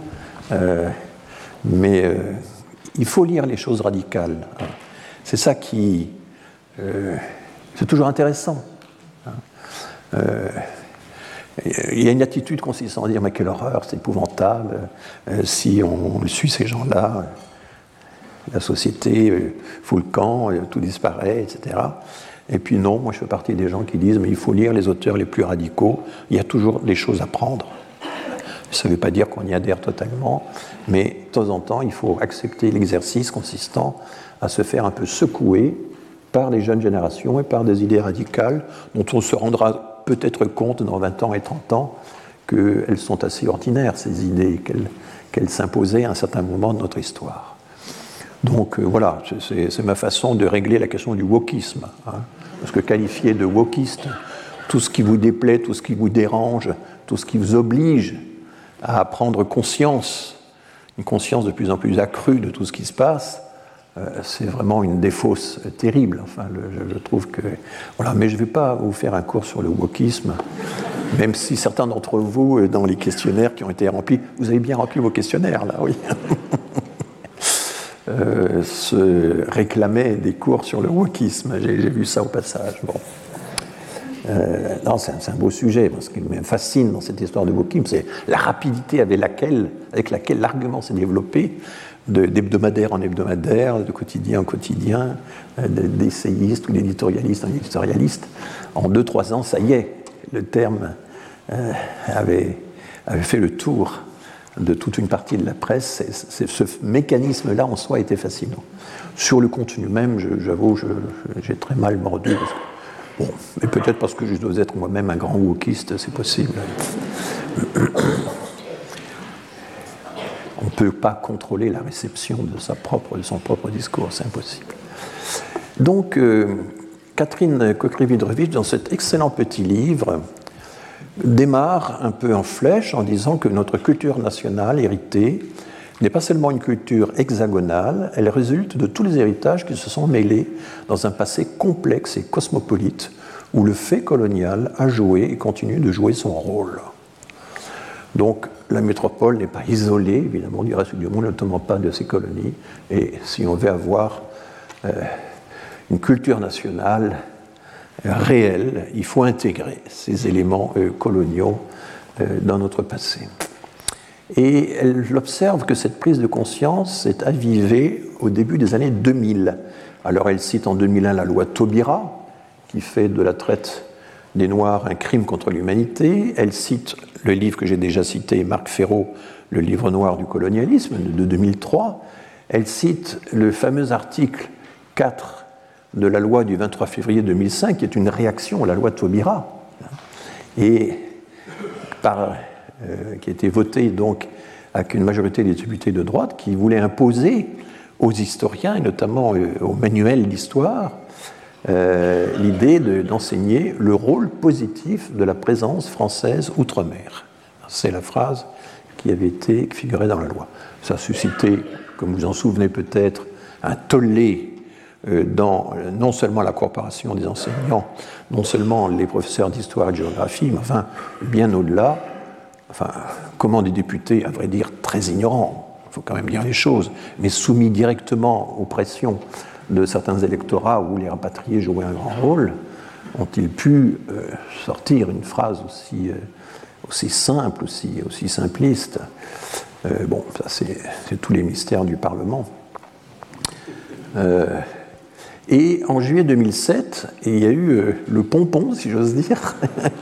B: Mais il faut lire les choses radicales. C'est ça qui... c'est toujours intéressant. Il y a une attitude consistant à dire « mais quelle horreur, c'est épouvantable, si on suit ces gens-là, la société fout le camp, tout disparaît, etc. » Et puis non, moi je fais partie des gens qui disent « mais il faut lire les auteurs les plus radicaux, il y a toujours des choses à prendre ». Ça ne veut pas dire qu'on y adhère totalement, mais de temps en temps, il faut accepter l'exercice consistant à se faire un peu secouer par les jeunes générations et par des idées radicales dont on se rendra peut-être compte dans 20 ans et 30 ans qu'elles sont assez ordinaires, ces idées, qu'elles s'imposaient à un certain moment de notre histoire. Donc voilà, c'est ma façon de régler la question du wokisme. Hein, parce que qualifier de wokiste tout ce qui vous déplaît, tout ce qui vous dérange, tout ce qui vous oblige à prendre conscience, une conscience de plus en plus accrue de tout ce qui se passe, c'est vraiment une défausse terrible. Enfin, je trouve que... Voilà, mais je ne vais pas vous faire un cours sur le wokisme, même si certains d'entre vous, dans les questionnaires qui ont été remplis, vous avez bien rempli vos questionnaires, là, oui, se réclamaient des cours sur le wokisme. J'ai vu ça au passage. Bon. Non, c'est un beau sujet. Ce qui me fascine dans cette histoire de wokisme, c'est la rapidité avec laquelle l'argument s'est développé, d'hebdomadaire en hebdomadaire, de quotidien en quotidien, d'essayiste ou d'éditorialiste en éditorialiste. En 2-3 ans, ça y est, le terme avait fait le tour de toute une partie de la presse. Ce mécanisme-là en soi était fascinant. Sur le contenu même, j'avoue, j'ai très mal mordu. Bon, et peut-être parce que je dois être moi-même un grand wokiste, c'est possible. On ne peut pas contrôler la réception de son propre discours, c'est impossible. Donc, Catherine Cockry-Wydrewicz, dans cet excellent petit livre, démarre un peu en flèche en disant que notre culture nationale héritée n'est pas seulement une culture hexagonale, elle résulte de tous les héritages qui se sont mêlés dans un passé complexe et cosmopolite où le fait colonial a joué et continue de jouer son rôle. Donc, la métropole n'est pas isolée, évidemment, du reste du monde, notamment pas de ses colonies. Et si on veut avoir une culture nationale réelle, il faut intégrer ces éléments coloniaux dans notre passé. Et elle observe que cette prise de conscience s'est avivée au début des années 2000. Alors, elle cite en 2001 la loi Taubira, qui fait de la traite des Noirs un crime contre l'humanité. Elle cite le livre que j'ai déjà cité, Marc Ferraud, le livre noir du colonialisme de 2003. Elle cite le fameux article 4 de la loi du 23 février 2005, qui est une réaction à la loi Taubira, et qui a été votée donc avec une majorité des députés de droite qui voulait imposer aux historiens, et notamment aux manuels d'histoire, l'idée d'enseigner le rôle positif de la présence française outre-mer. C'est la phrase qui figurait dans la loi. Ça a suscité, comme vous en souvenez peut-être, un tollé dans non seulement la corporation des enseignants, non seulement les professeurs d'histoire et de géographie, mais enfin, bien au-delà, comment des députés, à vrai dire, très ignorants, il faut quand même dire les choses, mais soumis directement aux pressions de certains électorats où les rapatriés jouaient un grand rôle, ont-ils pu sortir une phrase aussi simple, aussi simpliste. Bon, ça c'est tous les mystères du Parlement. Et en juillet 2007, il y a eu le pompon, si j'ose dire,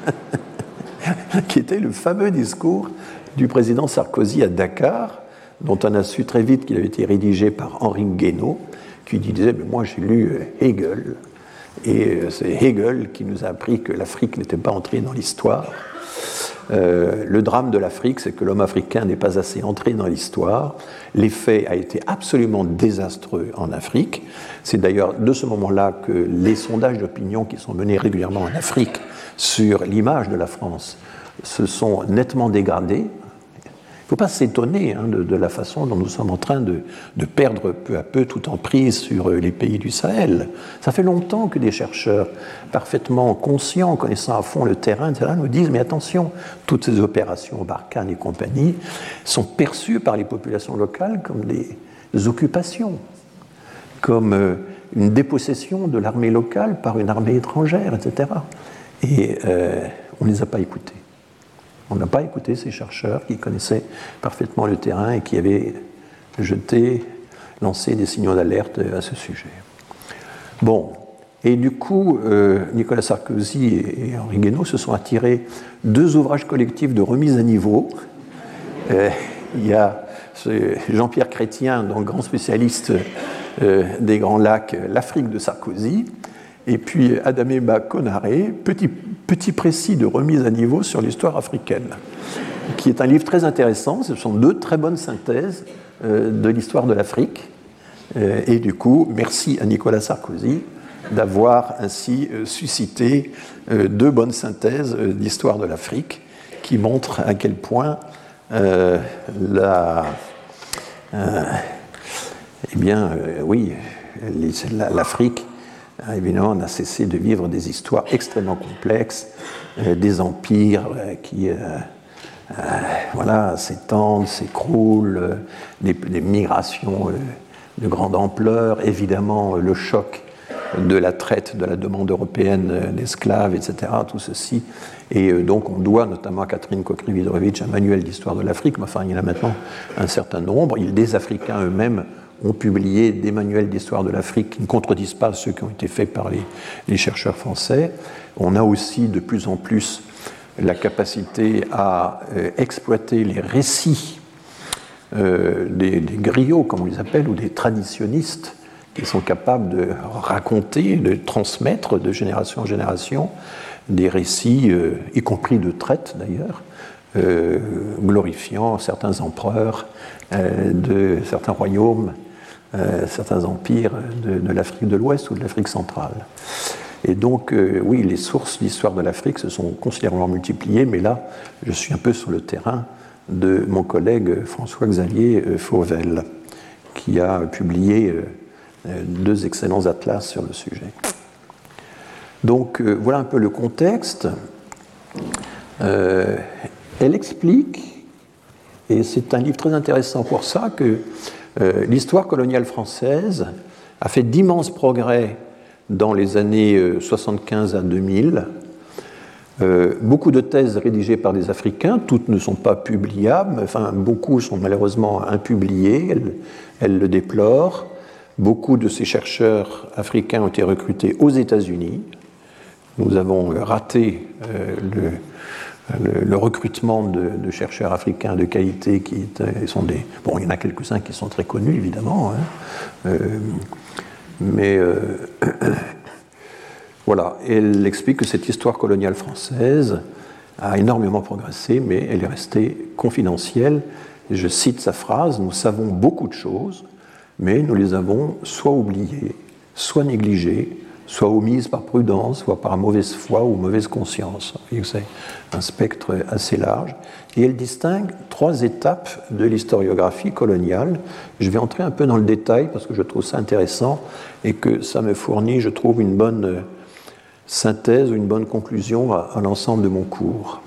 B: qui était le fameux discours du président Sarkozy à Dakar, dont on a su très vite qu'il avait été rédigé par Henri Guénaud, qui disait « Moi, j'ai lu Hegel, et c'est Hegel qui nous a appris que l'Afrique n'était pas entrée dans l'histoire. Le drame de l'Afrique, c'est que l'homme africain n'est pas assez entré dans l'histoire. L'effet a été absolument désastreux en Afrique. C'est d'ailleurs de ce moment-là que les sondages d'opinion qui sont menés régulièrement en Afrique sur l'image de la France se sont nettement dégradés. Il ne faut pas s'étonner de la façon dont nous sommes en train de perdre peu à peu toute emprise sur les pays du Sahel. Ça fait longtemps que des chercheurs parfaitement conscients, connaissant à fond le terrain, etc., nous disent « Mais attention, toutes ces opérations Barkhane et compagnie sont perçues par les populations locales comme des occupations, comme une dépossession de l'armée locale par une armée étrangère, etc. » Et on ne les a pas écoutés. On n'a pas écouté ces chercheurs qui connaissaient parfaitement le terrain et qui avaient lancé des signaux d'alerte à ce sujet. Bon, et du coup, Nicolas Sarkozy et Henri Guénaud se sont attirés 2 ouvrages collectifs de remise à niveau. Il y a Jean-Pierre Chrétien, donc grand spécialiste des Grands Lacs, l'Afrique de Sarkozy, et puis Adamé-Ba Konaré, petit précis de remise à niveau sur l'histoire africaine, qui est un livre très intéressant. Ce sont 2 très bonnes synthèses de l'histoire de l'Afrique. Et du coup, merci à Nicolas Sarkozy d'avoir ainsi suscité deux bonnes synthèses d'histoire de l'Afrique qui montrent à quel point l'Afrique évidemment n'a cessé de vivre des histoires extrêmement complexes, des empires qui s'étendent, s'écroulent, des migrations de grande ampleur, évidemment le choc de la traite, de la demande européenne d'esclaves, etc., tout ceci. Et donc on doit notamment à Catherine Kokrivitorovitch un manuel d'histoire de l'Afrique, mais enfin il y en a maintenant un certain nombre. Des Africains eux-mêmes ont publié des manuels d'histoire de l'Afrique qui ne contredisent pas ceux qui ont été faits par les chercheurs français. On a aussi de plus en plus la capacité à exploiter les récits des griots, comme on les appelle, ou des traditionnistes, qui sont capables de raconter, de transmettre de génération en génération des récits, y compris de traite d'ailleurs, glorifiant certains empereurs de certains royaumes, certains empires de l'Afrique de l'Ouest ou de l'Afrique centrale. Et donc, oui, les sources d'histoire de l'Afrique se sont considérablement multipliées, mais là, je suis un peu sur le terrain de mon collègue François-Xavier Fauvel, qui a publié deux excellents atlas sur le sujet. Donc, voilà un peu le contexte. Elle explique, et c'est un livre très intéressant pour ça, que l'histoire coloniale française a fait d'immenses progrès dans les années 75 à 2000. Beaucoup de thèses rédigées par des Africains, toutes ne sont pas publiables, enfin beaucoup sont malheureusement impubliées, elles le déplorent. Beaucoup de ces chercheurs africains ont été recrutés aux États-Unis. Nous avons raté le recrutement de chercheurs africains de qualité qui sont des... Bon, il y en a quelques-uns qui sont très connus, évidemment, hein, mais voilà. Elle explique que cette histoire coloniale française a énormément progressé, mais elle est restée confidentielle. Et je cite sa phrase: « Nous savons beaucoup de choses, mais nous les avons soit oubliées, soit négligées, soit omises par prudence, soit par mauvaise foi ou mauvaise conscience. » Vous voyez que c'est un spectre assez large. Et elle distingue trois étapes de l'historiographie coloniale. Je vais entrer un peu dans le détail parce que je trouve ça intéressant et que ça me fournit, je trouve, une bonne synthèse ou une bonne conclusion à l'ensemble de mon cours.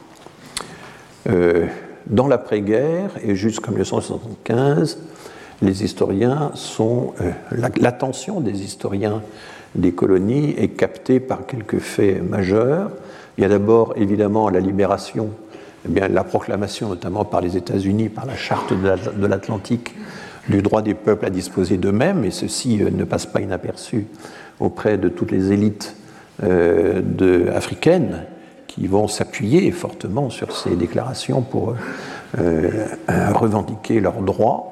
B: Dans l'après-guerre et jusqu'en 1975, les historiens sont... l'attention des historiens des colonies est captée par quelques faits majeurs. Il y a d'abord, évidemment, la libération, la proclamation, notamment par les États-Unis, par la charte de l'Atlantique, du droit des peuples à disposer d'eux-mêmes, et ceci ne passe pas inaperçu auprès de toutes les élites africaines qui vont s'appuyer fortement sur ces déclarations pour revendiquer leurs droits.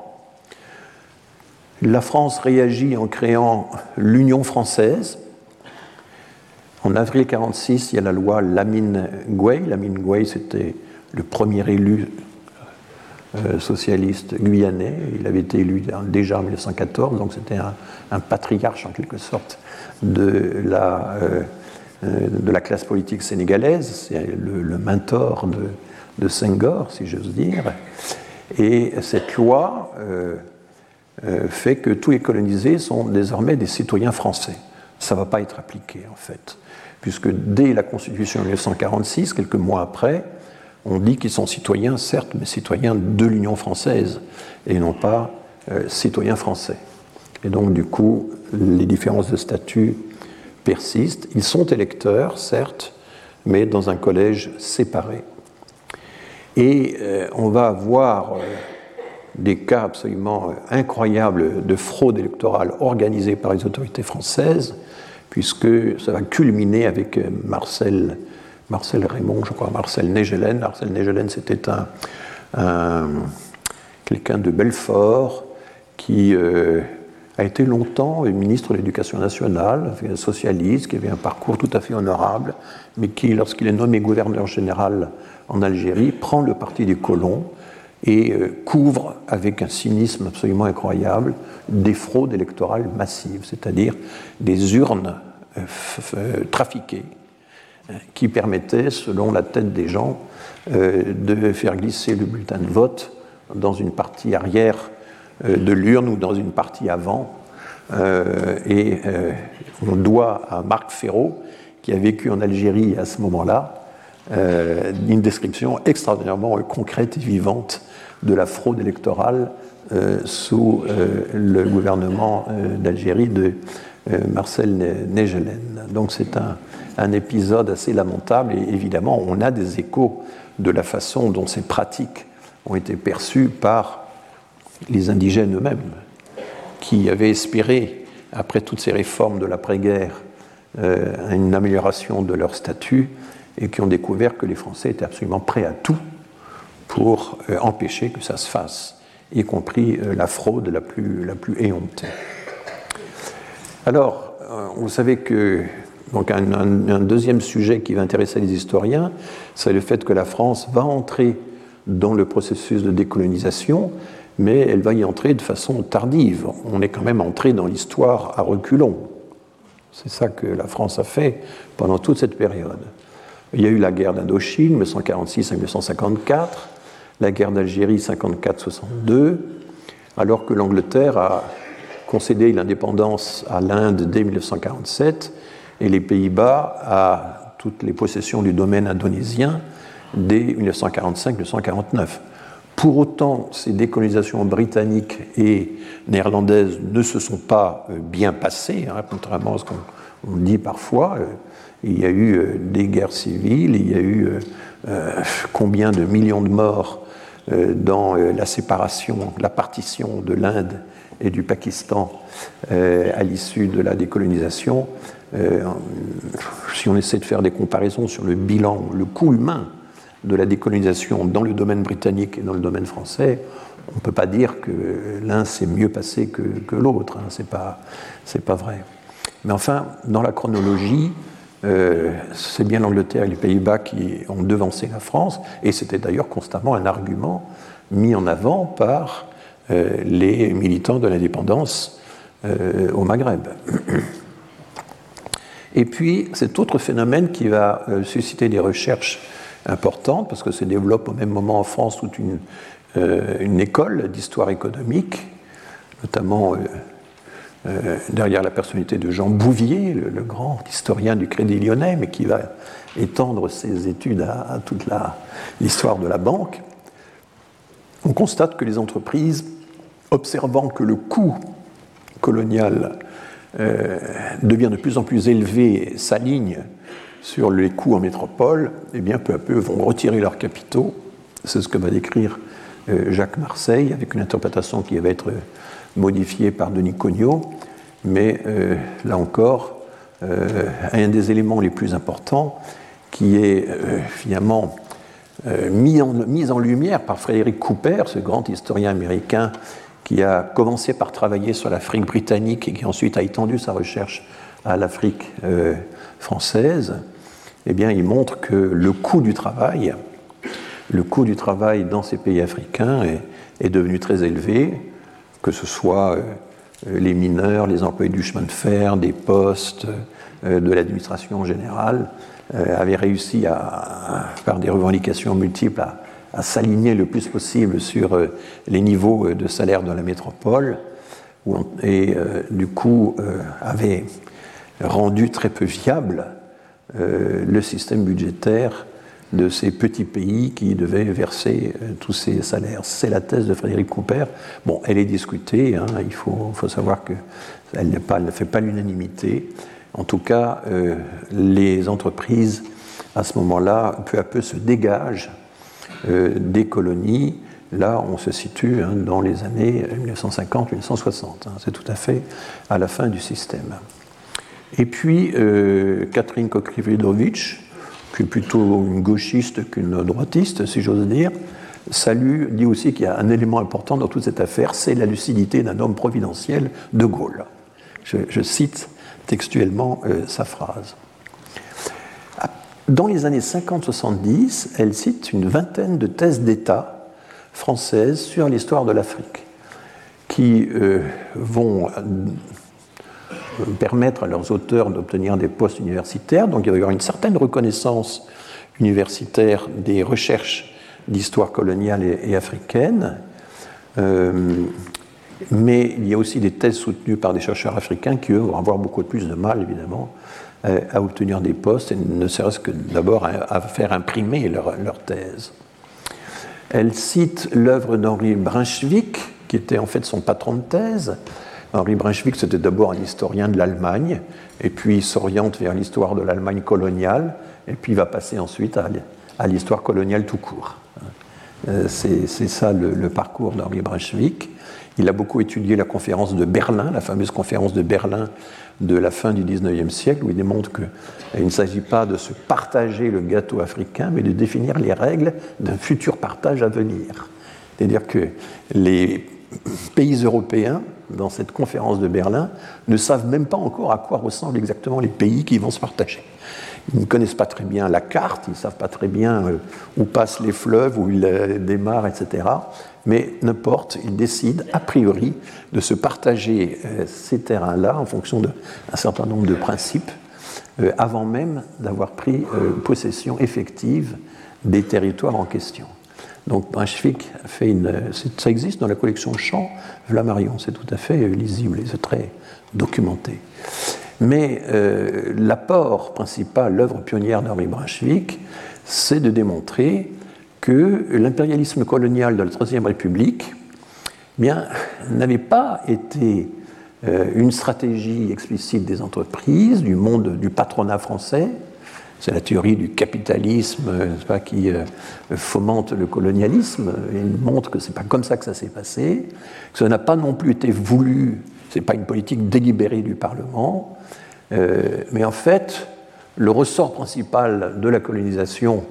B: La France réagit en créant l'Union française. En avril 1946, il y a la loi Lamine-Gueye. Lamine-Gueye, c'était le premier élu socialiste guyanais. Il avait été élu déjà en 1914, donc c'était un patriarche en quelque sorte de la classe politique sénégalaise. C'est le mentor de Senghor, si j'ose dire. Et cette loi fait que tous les colonisés sont désormais des citoyens français. Ça ne va pas être appliqué, en fait, puisque dès la Constitution de 1946, quelques mois après, on dit qu'ils sont citoyens, certes, mais citoyens de l'Union française, et non pas citoyens français. Et donc, du coup, les différences de statut persistent. Ils sont électeurs, certes, mais dans un collège séparé. Et on va avoir des cas absolument incroyables de fraude électorale organisée par les autorités françaises, puisque ça va culminer avec Marcel Raymond, je crois, Marcel Négelen. Marcel Négelen, c'était quelqu'un de Belfort qui a été longtemps ministre de l'Éducation nationale, socialiste, qui avait un parcours tout à fait honorable, mais qui, lorsqu'il est nommé gouverneur général en Algérie, prend le parti des colons et couvre avec un cynisme absolument incroyable des fraudes électorales massives, c'est-à-dire des urnes trafiqués qui permettaient, selon la tête des gens, de faire glisser le bulletin de vote dans une partie arrière de l'urne ou dans une partie avant. On doit à Marc Ferraud, qui a vécu en Algérie à ce moment-là, une description extraordinairement concrète et vivante de la fraude électorale sous le gouvernement d'Algérie de Marcel Negelen. Donc c'est un épisode assez lamentable et évidemment on a des échos de la façon dont ces pratiques ont été perçues par les indigènes eux-mêmes, qui avaient espéré, après toutes ces réformes de l'après-guerre, une amélioration de leur statut et qui ont découvert que les Français étaient absolument prêts à tout pour empêcher que ça se fasse, y compris la fraude la plus éhontée. Alors, vous savez que donc un deuxième sujet qui va intéresser les historiens, c'est le fait que la France va entrer dans le processus de décolonisation, mais elle va y entrer de façon tardive. On est quand même entré dans l'histoire à reculons. C'est ça que la France a fait pendant toute cette période. Il y a eu la guerre d'Indochine, 1946 à 1954, la guerre d'Algérie, 54-62, alors que l'Angleterre a concédé l'indépendance à l'Inde dès 1947 et les Pays-Bas à toutes les possessions du domaine indonésien dès 1945-1949. Pour autant, ces décolonisations britanniques et néerlandaises ne se sont pas bien passées, contrairement à ce qu'on dit parfois. Il y a eu des guerres civiles, il y a eu combien de millions de morts dans la séparation, la partition de l'Inde et du Pakistan à l'issue de la décolonisation. Si on essaie de faire des comparaisons sur le bilan, le coût humain de la décolonisation dans le domaine britannique et dans le domaine français, on ne peut pas dire que l'un s'est mieux passé que l'autre, hein, c'est pas vrai. Mais enfin, dans la chronologie, c'est bien l'Angleterre et les Pays-Bas qui ont devancé la France, et c'était d'ailleurs constamment un argument mis en avant par les militants de l'indépendance au Maghreb. Et puis, cet autre phénomène qui va susciter des recherches importantes, parce que se développe au même moment en France toute une école d'histoire économique, notamment derrière la personnalité de Jean Bouvier, le grand historien du Crédit Lyonnais, mais qui va étendre ses études à toute l'histoire de la banque. On constate que les entreprises, observant que le coût colonial devient de plus en plus élevé et s'aligne sur les coûts en métropole, eh bien, peu à peu vont retirer leurs capitaux. C'est ce que va décrire Jacques Marseille, avec une interprétation qui va être modifiée par Denis Cognot, mais là encore, un des éléments les plus importants qui est finalement mis en lumière par Frédéric Cooper, ce grand historien américain qui a commencé par travailler sur l'Afrique britannique et qui ensuite a étendu sa recherche à l'Afrique française. Eh bien, il montre que le coût du travail dans ces pays africains est devenu très élevé, que ce soit les mineurs, les employés du chemin de fer, des postes, de l'administration générale, avaient réussi par des revendications multiples à s'aligner le plus possible sur les niveaux de salaire de la métropole, et du coup avaient rendu très peu viable le système budgétaire de ces petits pays qui devaient verser tous ces salaires. C'est la thèse de Frédéric Cooper. Bon, elle est discutée, hein, il faut savoir qu'elle ne fait pas l'unanimité. En tout cas, les entreprises, à ce moment-là, peu à peu se dégagent des colonies. Là, on se situe dans les années 1950-1960. C'est tout à fait à la fin du système. Et puis, Catherine Kokrivledovitch, qui est plutôt une gauchiste qu'une droitiste, si j'ose dire, dit aussi qu'il y a un élément important dans toute cette affaire, c'est la lucidité d'un homme providentiel, De Gaulle. Je cite textuellement sa phrase. Dans les années 50-70, elle cite une vingtaine de thèses d'État françaises sur l'histoire de l'Afrique, qui vont permettre à leurs auteurs d'obtenir des postes universitaires. Donc il va y avoir une certaine reconnaissance universitaire des recherches d'histoire coloniale et africaine. Mais il y a aussi des thèses soutenues par des chercheurs africains qui, eux, vont avoir beaucoup plus de mal, évidemment, à obtenir des postes, et ne serait-ce que d'abord à faire imprimer leur thèse. Elle cite l'œuvre d'Henri Brunswick, qui était en fait son patron de thèse. Henri Brunswick, c'était d'abord un historien de l'Allemagne, et puis il s'oriente vers l'histoire de l'Allemagne coloniale, et puis il va passer ensuite à l'histoire coloniale tout court. C'est ça le parcours d'Henri Brunswick. Il a beaucoup étudié la conférence de Berlin, la fameuse conférence de Berlin de la fin du XIXe siècle, où il démontre qu'il ne s'agit pas de se partager le gâteau africain, mais de définir les règles d'un futur partage à venir. C'est-à-dire que les pays européens, dans cette conférence de Berlin, ne savent même pas encore à quoi ressemblent exactement les pays qui vont se partager. Ils ne connaissent pas très bien la carte, ils ne savent pas très bien où passent les fleuves, où ils démarrent, etc. Mais n'importe, ils décident a priori de se partager ces terrains-là en fonction d'un certain nombre de principes, avant même d'avoir pris possession effective des territoires en question. Donc Brunswick a fait ça existe dans la collection Champs Flammarion, c'est tout à fait lisible et c'est très documenté. Mais l'apport principal, l'œuvre pionnière d'Henri Brunswick, c'est de démontrer que l'impérialisme colonial de la Troisième République n'avait pas été une stratégie explicite des entreprises, du monde du patronat français. C'est la théorie du capitalisme qui fomente le colonialisme. Il montre que ce n'est pas comme ça que ça s'est passé, que ça n'a pas non plus été voulu, ce n'est pas une politique délibérée du Parlement, mais en fait, le ressort principal de la colonisation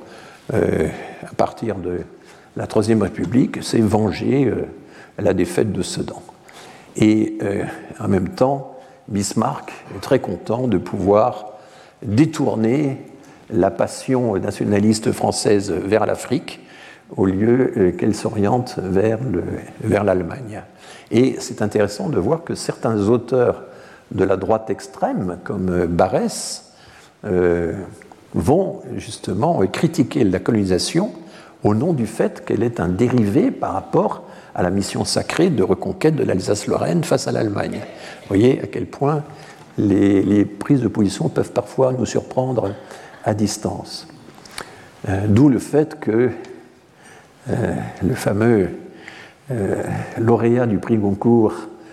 B: à partir de la Troisième République, c'est venger la défaite de Sedan. Et en même temps, Bismarck est très content de pouvoir détourner la passion nationaliste française vers l'Afrique au lieu qu'elle s'oriente vers l'Allemagne. Et c'est intéressant de voir que certains auteurs de la droite extrême, comme Barrès, vont justement critiquer la colonisation au nom du fait qu'elle est un dérivé par rapport à la mission sacrée de reconquête de l'Alsace-Lorraine face à l'Allemagne. Vous voyez à quel point les prises de position peuvent parfois nous surprendre à distance. D'où le fait que le fameux lauréat du prix Goncourt,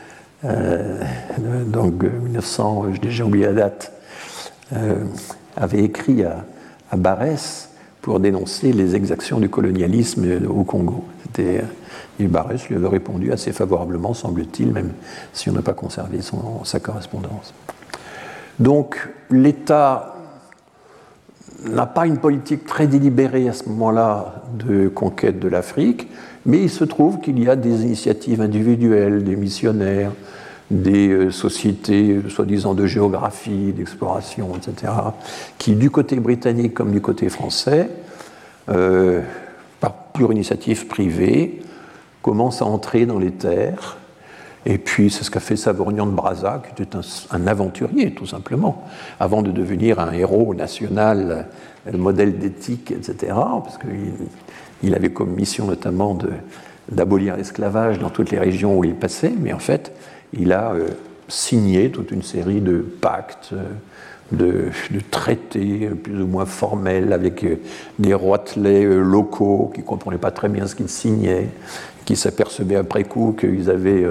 B: donc 1900, j'ai déjà oublié la date, avait écrit à Barrès pour dénoncer les exactions du colonialisme au Congo. Et Barrès lui avait répondu assez favorablement, semble-t-il, même si on n'a pas conservé sa correspondance. Donc l'État n'a pas une politique très délibérée à ce moment-là de conquête de l'Afrique, mais il se trouve qu'il y a des initiatives individuelles, des missionnaires, des sociétés soi-disant de géographie, d'exploration, etc., qui, du côté britannique comme du côté français, par pure initiative privée, commencent à entrer dans les terres. Et puis, c'est ce qu'a fait Savorgnan de Brazza, qui était un aventurier, tout simplement, avant de devenir un héros national, modèle d'éthique, etc., parce qu'il avait comme mission notamment d'abolir l'esclavage dans toutes les régions où il passait, mais en fait, il a signé toute une série de pactes, de traités plus ou moins formels avec des roitelets locaux qui ne comprenaient pas très bien ce qu'ils signaient, qui s'apercevaient après coup qu'ils avaient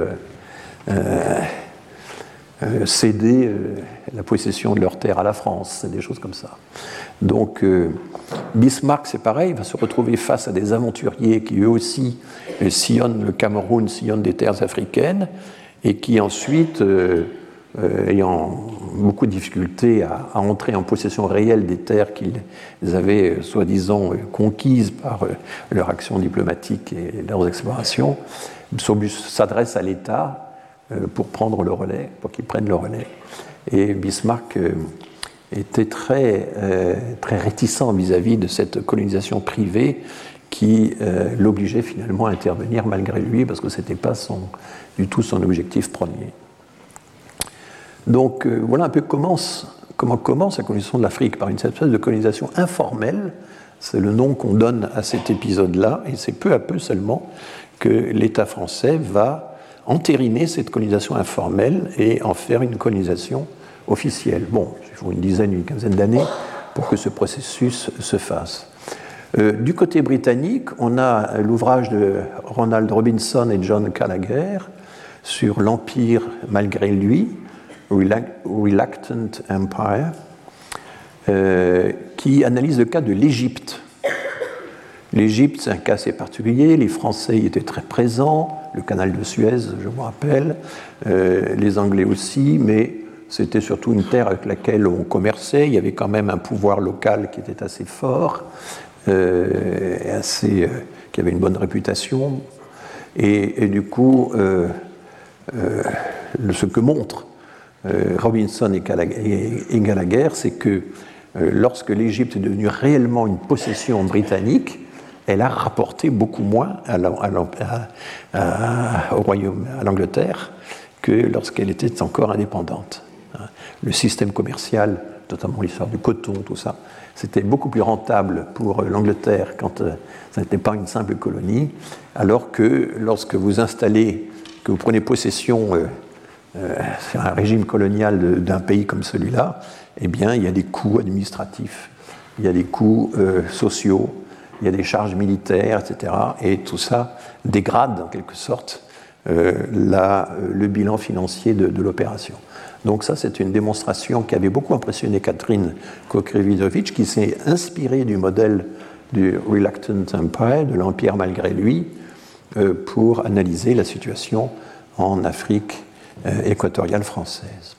B: cédé la possession de leurs terres à la France, des choses comme ça. Donc Bismarck, c'est pareil, il va se retrouver face à des aventuriers qui eux aussi sillonnent le Cameroun, sillonnent des terres africaines, et qui ensuite, ayant beaucoup de difficultés à entrer en possession réelle des terres qu'ils avaient soi-disant conquises par leur action diplomatique et leurs explorations, s'adressent à l'État pour prendre le relais, pour qu'ils prennent le relais. Et Bismarck était très réticent vis-à-vis de cette colonisation privée qui l'obligeait finalement à intervenir malgré lui, parce que ce n'était pas du tout son objectif premier. Donc voilà un peu comment commence la colonisation de l'Afrique, par une espèce de colonisation informelle. C'est le nom qu'on donne à cet épisode-là, et c'est peu à peu seulement que l'État français va entériner cette colonisation informelle et en faire une colonisation officielle. Bon, il faut une quinzaine d'années pour que ce processus se fasse. Du côté britannique, on a l'ouvrage de Ronald Robinson et John Gallagher sur l'Empire malgré lui, Reluctant Empire, qui analyse le cas de l'Égypte. L'Égypte, c'est un cas assez particulier. Les Français y étaient très présents, le canal de Suez, je me rappelle, les Anglais aussi, mais c'était surtout une terre avec laquelle on commerçait. Il y avait quand même un pouvoir local qui était assez fort, qui avait une bonne réputation. Et du coup, ce que montrent Robinson et Gallagher, c'est que lorsque l'Égypte est devenue réellement une possession britannique, elle a rapporté beaucoup moins à l'Angleterre que lorsqu'elle était encore indépendante. Le système commercial, notamment l'histoire du coton, tout ça, c'était beaucoup plus rentable pour l'Angleterre quand ça n'était pas une simple colonie, alors que lorsque vous installez, que vous prenez possession sur un régime colonial d'un pays comme celui-là, eh bien, il y a des coûts administratifs, il y a des coûts sociaux, il y a des charges militaires, etc. Et tout ça dégrade, en quelque sorte, le bilan financier de l'opération. Donc ça, c'est une démonstration qui avait beaucoup impressionné Catherine Kokrivinovic, qui s'est inspirée du modèle du Reluctant Empire, de l'Empire malgré lui, pour analyser la situation en Afrique équatoriale française.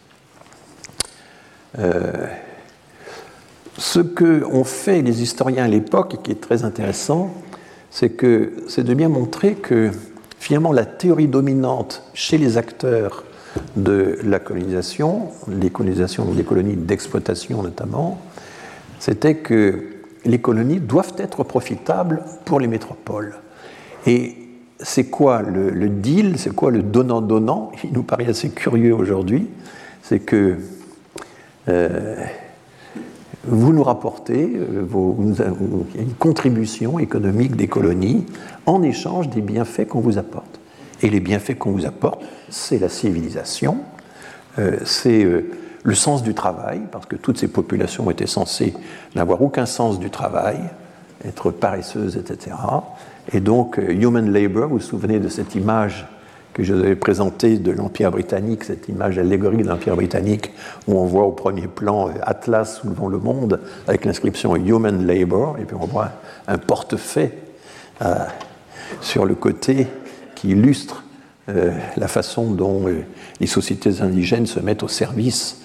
B: Ce qu'ont fait les historiens à l'époque, et qui est très intéressant, c'est de bien montrer que finalement la théorie dominante chez les acteurs de la colonisation, des colonies d'exploitation notamment, c'était que les colonies doivent être profitables pour les métropoles. Et c'est quoi le deal, c'est quoi le donnant-donnant? Il nous paraît assez curieux aujourd'hui, c'est que vous nous rapportez une contribution économique des colonies en échange des bienfaits qu'on vous apporte. Et les bienfaits qu'on vous apporte, c'est la civilisation, c'est le sens du travail, parce que toutes ces populations étaient censées n'avoir aucun sens du travail, être paresseuses, etc. Et donc, human labor, vous vous souvenez de cette image que je vous avais présentée de l'Empire britannique, cette image allégorique de l'Empire britannique, où on voit au premier plan Atlas soulevant le monde, avec l'inscription Human Labor, et puis on voit un portefaix sur le côté qui illustre la façon dont les sociétés indigènes se mettent au service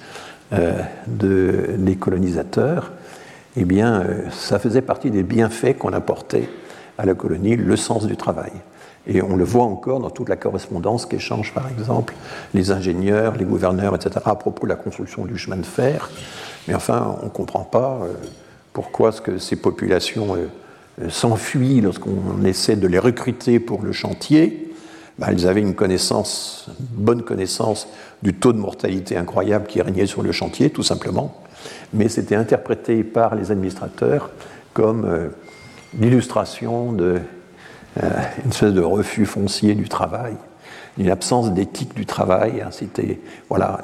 B: des colonisateurs. Eh bien, ça faisait partie des bienfaits qu'on apportait à la colonie, le sens du travail. Et on le voit encore dans toute la correspondance qu'échangent, par exemple, les ingénieurs, les gouverneurs, etc., à propos de la construction du chemin de fer. Mais enfin, on ne comprend pas pourquoi ces populations s'enfuient lorsqu'on essaie de les recruter pour le chantier. Elles avaient une bonne connaissance du taux de mortalité incroyable qui régnait sur le chantier, tout simplement. Mais c'était interprété par les administrateurs comme l'illustration d'une espèce de refus foncier du travail, d'une absence d'éthique du travail. C'était, voilà,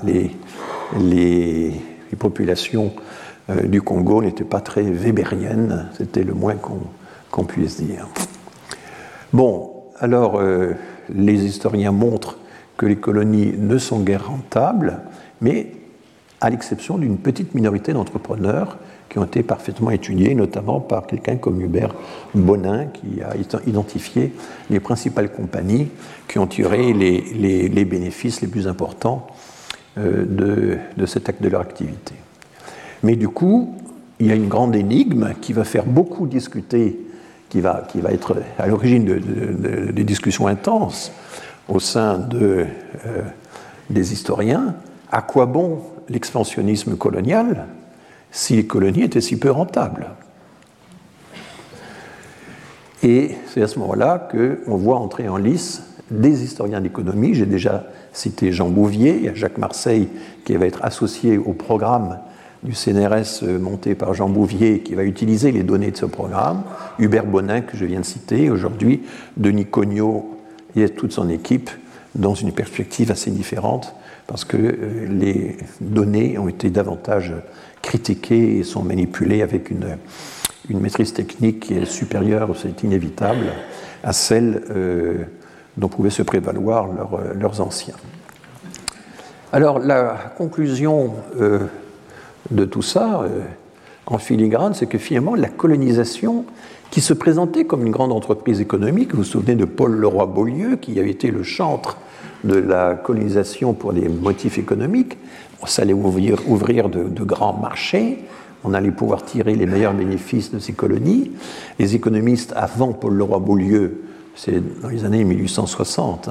B: les populations du Congo n'étaient pas très wébériennes, c'était le moins qu'on puisse dire. Bon, alors les historiens montrent que les colonies ne sont guère rentables, mais à l'exception d'une petite minorité d'entrepreneurs qui ont été parfaitement étudiés, notamment par quelqu'un comme Hubert Bonin, qui a identifié les principales compagnies qui ont tiré les bénéfices les plus importants de cet acte de leur activité. Mais du coup, il y a une grande énigme qui va faire beaucoup discuter, qui va être à l'origine des discussions intenses au sein des historiens. À quoi bon l'expansionnisme colonial si les colonies étaient si peu rentables? Et c'est à ce moment-là qu'on voit entrer en lice des historiens d'économie. J'ai déjà cité Jean Bouvier, il y a Jacques Marseille qui va être associé au programme du CNRS monté par Jean Bouvier qui va utiliser les données de ce programme, Hubert Bonin que je viens de citer aujourd'hui, Denis Cognot et toute son équipe dans une perspective assez différente parce que les données ont été davantage critiquées et sont manipulées avec une maîtrise technique qui est supérieure, c'est inévitable, à celle dont pouvaient se prévaloir leurs anciens. Alors la conclusion de tout ça, en filigrane, c'est que finalement la colonisation, qui se présentait comme une grande entreprise économique, vous vous souvenez de Paul Leroy-Beaulieu, qui avait été le chantre de la colonisation pour des motifs économiques, ça allait ouvrir de grands marchés, on allait pouvoir tirer les meilleurs bénéfices de ces colonies. Les économistes avant Paul Leroy-Beaulieu, c'est dans les années 1860,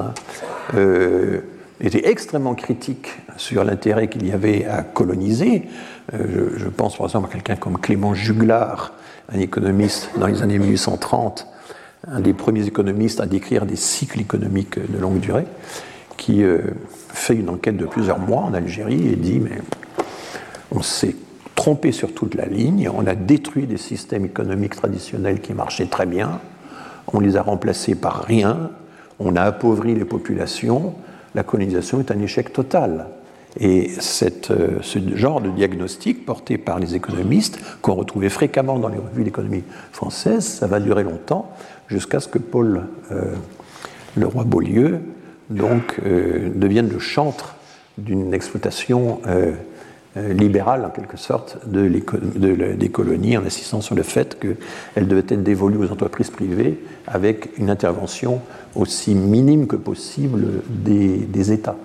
B: étaient extrêmement critiques sur l'intérêt qu'il y avait à coloniser. Je pense par exemple à quelqu'un comme Clément Juglar, un économiste dans les années 1830, un des premiers économistes à décrire des cycles économiques de longue durée, qui fait une enquête de plusieurs mois en Algérie et dit mais on s'est trompé sur toute la ligne, on a détruit des systèmes économiques traditionnels qui marchaient très bien, on les a remplacés par rien, on a appauvri les populations, la colonisation est un échec total. Et ce genre de diagnostic porté par les économistes, qu'on retrouvait fréquemment dans les revues d'économie françaises, ça va durer longtemps, jusqu'à ce que Paul Leroy-Beaulieu devienne le chantre d'une exploitation libérale, en quelque sorte, des colonies, en insistant sur le fait qu'elles devaient être dévolues aux entreprises privées avec une intervention aussi minime que possible des États.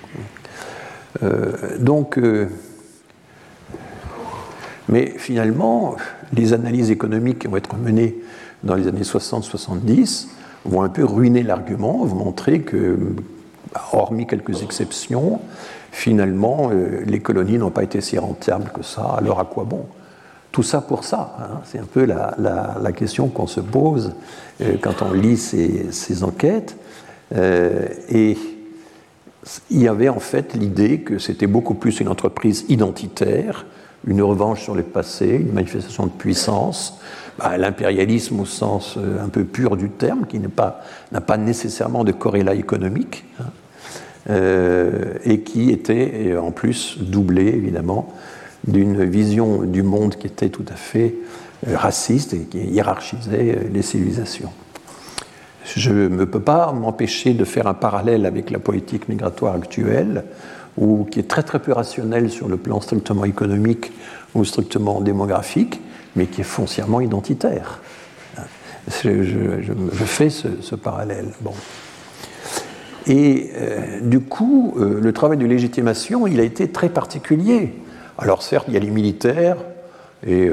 B: Mais finalement, les analyses économiques qui vont être menées dans les années 60-70 vont un peu ruiner l'argument, vont montrer que, hormis quelques exceptions, finalement, les colonies n'ont pas été si rentables que ça, alors à quoi bon ? Tout ça pour ça, hein, c'est un peu la question qu'on se pose quand on lit ces enquêtes. Et il y avait en fait l'idée que c'était beaucoup plus une entreprise identitaire, une revanche sur le passé, une manifestation de puissance, l'impérialisme au sens un peu pur du terme, qui n'a pas nécessairement de corrélat économique, hein, et qui était en plus doublé évidemment d'une vision du monde qui était tout à fait raciste et qui hiérarchisait les civilisations. Je ne peux pas m'empêcher de faire un parallèle avec la politique migratoire actuelle, qui est très très peu rationnelle sur le plan strictement économique ou strictement démographique, mais qui est foncièrement identitaire. Je fais ce parallèle. Bon. Et du coup, le travail de légitimation, il a été très particulier. Alors certes, il y a les militaires, et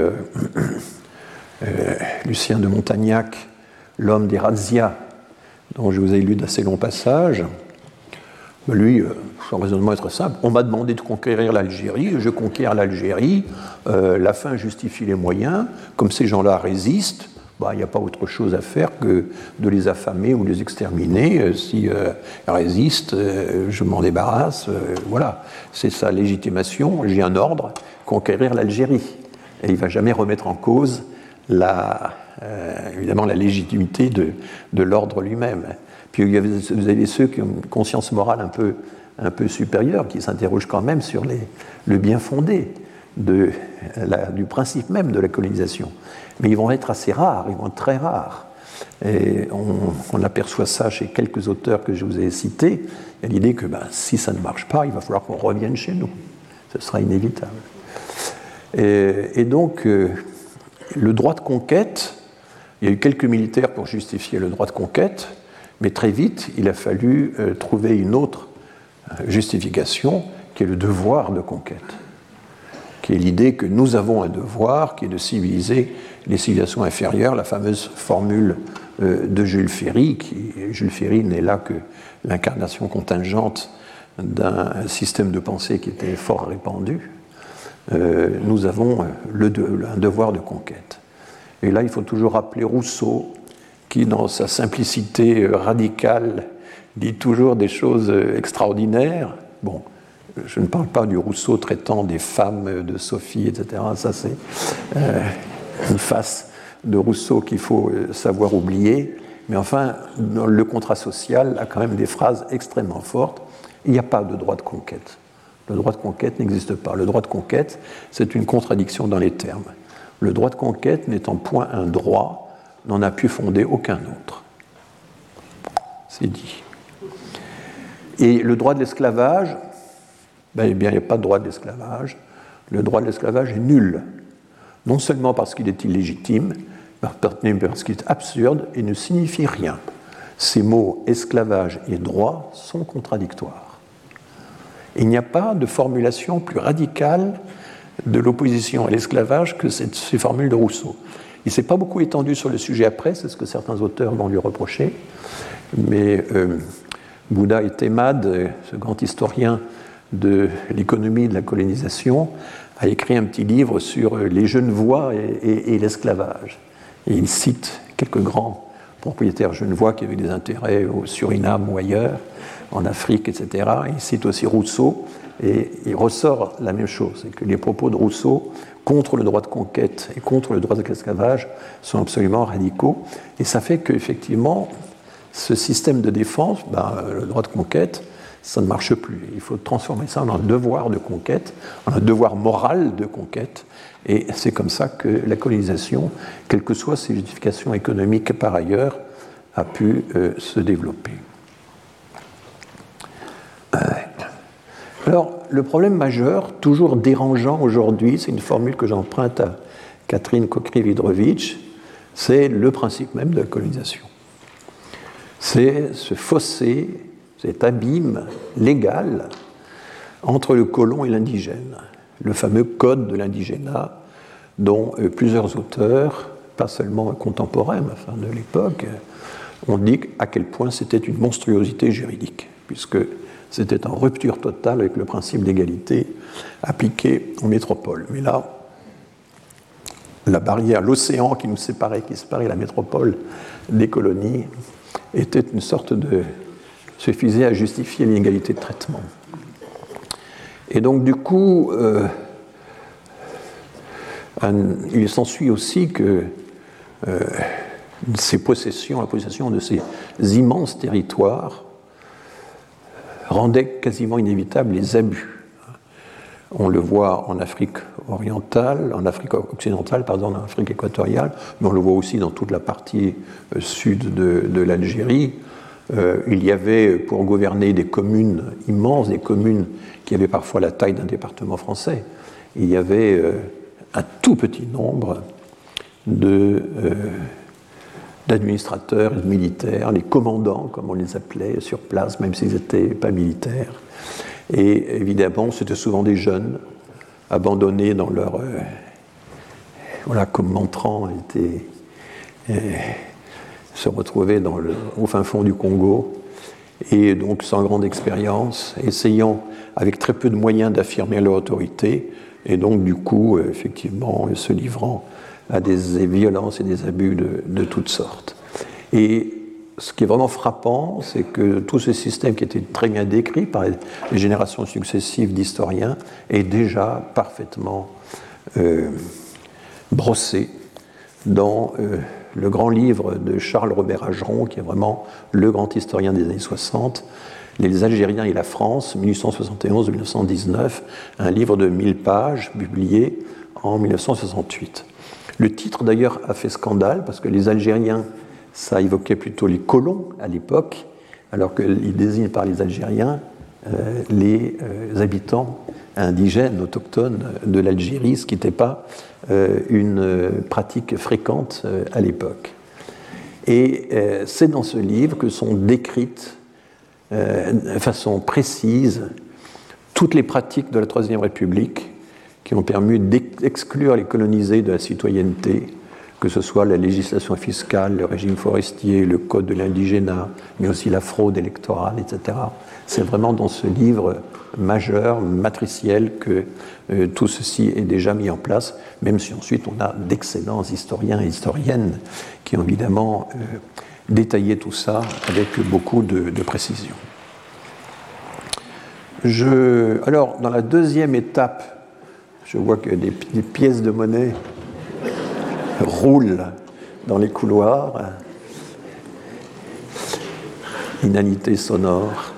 B: Lucien de Montagnac, l'homme des razzias, dont je vous ai lu d'assez longs passages, lui, son raisonnement est très simple. On m'a demandé de conquérir l'Algérie, je conquiers l'Algérie, la fin justifie les moyens, comme ces gens-là résistent, il n'y a pas autre chose à faire que de les affamer ou de les exterminer. S'ils résistent, je m'en débarrasse. Voilà, c'est sa légitimation. J'ai un ordre, conquérir l'Algérie. Et il ne va jamais remettre en cause évidemment la légitimité de l'ordre lui-même. Puis vous avez ceux qui ont une conscience morale un peu supérieure, qui s'interrogent quand même sur le bien fondé du principe même de la colonisation. Mais ils vont être assez rares, ils vont être très rares. Et on aperçoit ça chez quelques auteurs que je vous ai cités. Il y a l'idée que si ça ne marche pas, il va falloir qu'on revienne chez nous. Ce sera inévitable. Et donc, le droit de conquête, il y a eu quelques militaires pour justifier le droit de conquête, mais très vite, il a fallu trouver une autre justification, qui est le devoir de conquête, qui est l'idée que nous avons un devoir, qui est de civiliser les civilisations inférieures, la fameuse formule de Jules Ferry. Jules Ferry n'est là que l'incarnation contingente d'un système de pensée qui était fort répandu. Nous avons un devoir de conquête. Et là, il faut toujours rappeler Rousseau, qui, dans sa simplicité radicale dit toujours des choses extraordinaires. Bon, je ne parle pas du Rousseau traitant des femmes de Sophie, etc. Ça, c'est une face de Rousseau qu'il faut savoir oublier. Mais enfin, le contrat social a quand même des phrases extrêmement fortes. Il n'y a pas de droit de conquête. Le droit de conquête n'existe pas. Le droit de conquête, c'est une contradiction dans les termes. Le droit de conquête n'étant point un droit, n'en a pu fonder aucun autre. C'est dit. Et le droit de l'esclavage, eh bien, il n'y a pas de droit de l'esclavage. Le droit de l'esclavage est nul. Non seulement parce qu'il est illégitime, mais parce qu'il est absurde et ne signifie rien. Ces mots esclavage et droit sont contradictoires. Il n'y a pas de formulation plus radicale de l'opposition à l'esclavage que ces formules de Rousseau. Il ne s'est pas beaucoup étendu sur le sujet après, c'est ce que certains auteurs vont lui reprocher, mais Bouddha et Temad, ce grand historien de l'économie de la colonisation, a écrit un petit livre sur les genevois et l'esclavage. Et il cite quelques grands propriétaires genevois qui avaient des intérêts au Suriname ou ailleurs, en Afrique, etc. Il cite aussi Rousseau, et il ressort la même chose, c'est que les propos de Rousseau contre le droit de conquête et contre le droit de l'esclavage sont absolument radicaux. Et ça fait qu'effectivement, ce système de défense, le droit de conquête, ça ne marche plus. Il faut transformer ça en un devoir de conquête, en un devoir moral de conquête. Et c'est comme ça que la colonisation, quelles que soient ses justifications économiques par ailleurs, a pu se développer. Alors, le problème majeur, toujours dérangeant aujourd'hui, c'est une formule que j'emprunte à Catherine Kokry-Vidrovitch, c'est le principe même de la colonisation. C'est ce fossé, cet abîme légal entre le colon et l'indigène, le fameux code de l'indigénat dont plusieurs auteurs, pas seulement contemporains, mais enfin de l'époque, ont dit à quel point c'était une monstruosité juridique, puisque c'était en rupture totale avec le principe d'égalité appliqué aux métropoles. Mais là, la barrière, l'océan qui séparait la métropole des colonies, était une sorte de... suffisait à justifier l'inégalité de traitement. Et donc, du coup, il s'ensuit aussi que la possession de ces immenses territoires rendait quasiment inévitables les abus. On le voit en Afrique occidentale, en Afrique équatoriale, mais on le voit aussi dans toute la partie sud de l'Algérie. Il y avait, pour gouverner des communes immenses, des communes qui avaient parfois la taille d'un département français, il y avait un tout petit nombre d'administrateurs et de militaires, les commandants, comme on les appelait, sur place, même s'ils n'étaient pas militaires. Et évidemment, c'était souvent des jeunes, abandonnés dans leur... comme Mantran se retrouvaient au fin fond du Congo, et donc sans grande expérience, essayant avec très peu de moyens d'affirmer leur autorité, et donc du coup, effectivement, se livrant à des violences et des abus de toutes sortes. Et ce qui est vraiment frappant, c'est que tout ce système qui était très bien décrit par les générations successives d'historiens est déjà parfaitement brossé dans le grand livre de Charles Robert Ageron, qui est vraiment le grand historien des années 60, Les Algériens et la France, 1871-1919, un livre de 1000 pages publié en 1968. Le titre, d'ailleurs, a fait scandale, parce que les Algériens, ça évoquait plutôt les colons à l'époque, alors qu'il désigne par les Algériens les habitants indigènes, autochtones de l'Algérie, ce qui n'était pas une pratique fréquente à l'époque. Et c'est dans ce livre que sont décrites de façon précise toutes les pratiques de la Troisième République qui ont permis d'exclure les colonisés de la citoyenneté, que ce soit la législation fiscale, le régime forestier, le code de l'indigénat, mais aussi la fraude électorale, etc. C'est vraiment dans ce livre majeur, matriciel, que tout ceci est déjà mis en place, même si ensuite on a d'excellents historiens et historiennes qui ont évidemment détailler tout ça avec beaucoup de précision. Alors, dans la deuxième étape, je vois que des pièces de monnaie roulent dans les couloirs. Inanité sonore.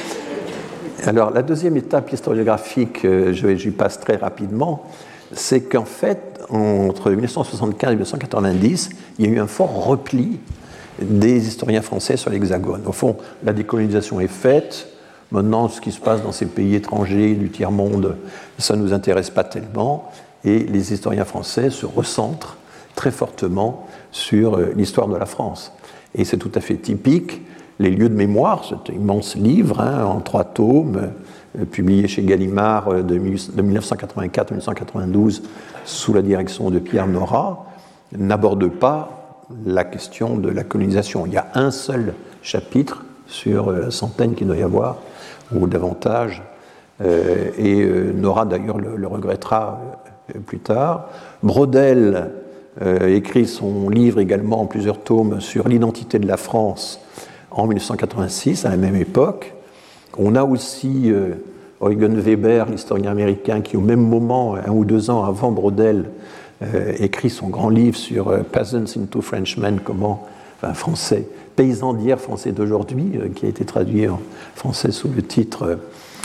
B: Alors, la deuxième étape historiographique, j'y passe très rapidement, c'est qu'en fait, entre 1975 et 1990, il y a eu un fort repli des historiens français sur l'Hexagone. Au fond, la décolonisation est faite. Maintenant, ce qui se passe dans ces pays étrangers du tiers-monde, ça ne nous intéresse pas tellement. Et les historiens français se recentrent très fortement sur l'histoire de la France. Et c'est tout à fait typique. Les lieux de mémoire, cet immense livre en 3 tomes, publié chez Gallimard de 1984 à 1992 sous la direction de Pierre Nora, n'aborde pas la question de la colonisation. Il y a un seul chapitre sur la centaine qu'il doit y avoir, ou davantage, et Nora d'ailleurs le regrettera plus tard. Brodel écrit son livre également en plusieurs tomes sur l'identité de la France en 1986, à la même époque. On a aussi Eugen Weber, l'historien américain, qui au même moment, 1 ou 2 ans avant Brodel, écrit son grand livre sur Peasants into Frenchmen, français, paysans d'hier, français d'aujourd'hui, qui a été traduit en français sous le titre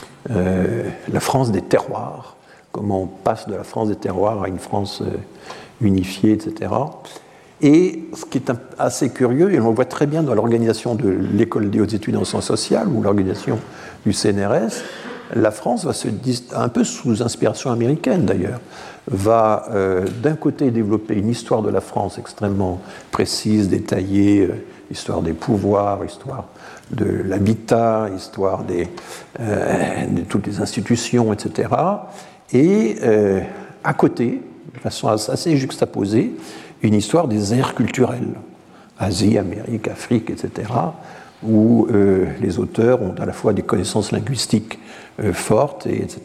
B: La France des terroirs, comment on passe de la France des terroirs à une France unifiée, etc. Et ce qui est assez curieux, et on le voit très bien dans l'organisation de l'École des hautes études en sciences sociales ou l'organisation du CNRS, la France va un peu sous inspiration américaine d'ailleurs, va d'un côté développer une histoire de la France extrêmement précise, détaillée, histoire des pouvoirs, histoire de l'habitat, histoire de toutes les institutions, etc. Et à côté, de façon assez juxtaposée, une histoire des aires culturelles, Asie, Amérique, Afrique, etc., où les auteurs ont à la fois des connaissances linguistiques fortes, etc.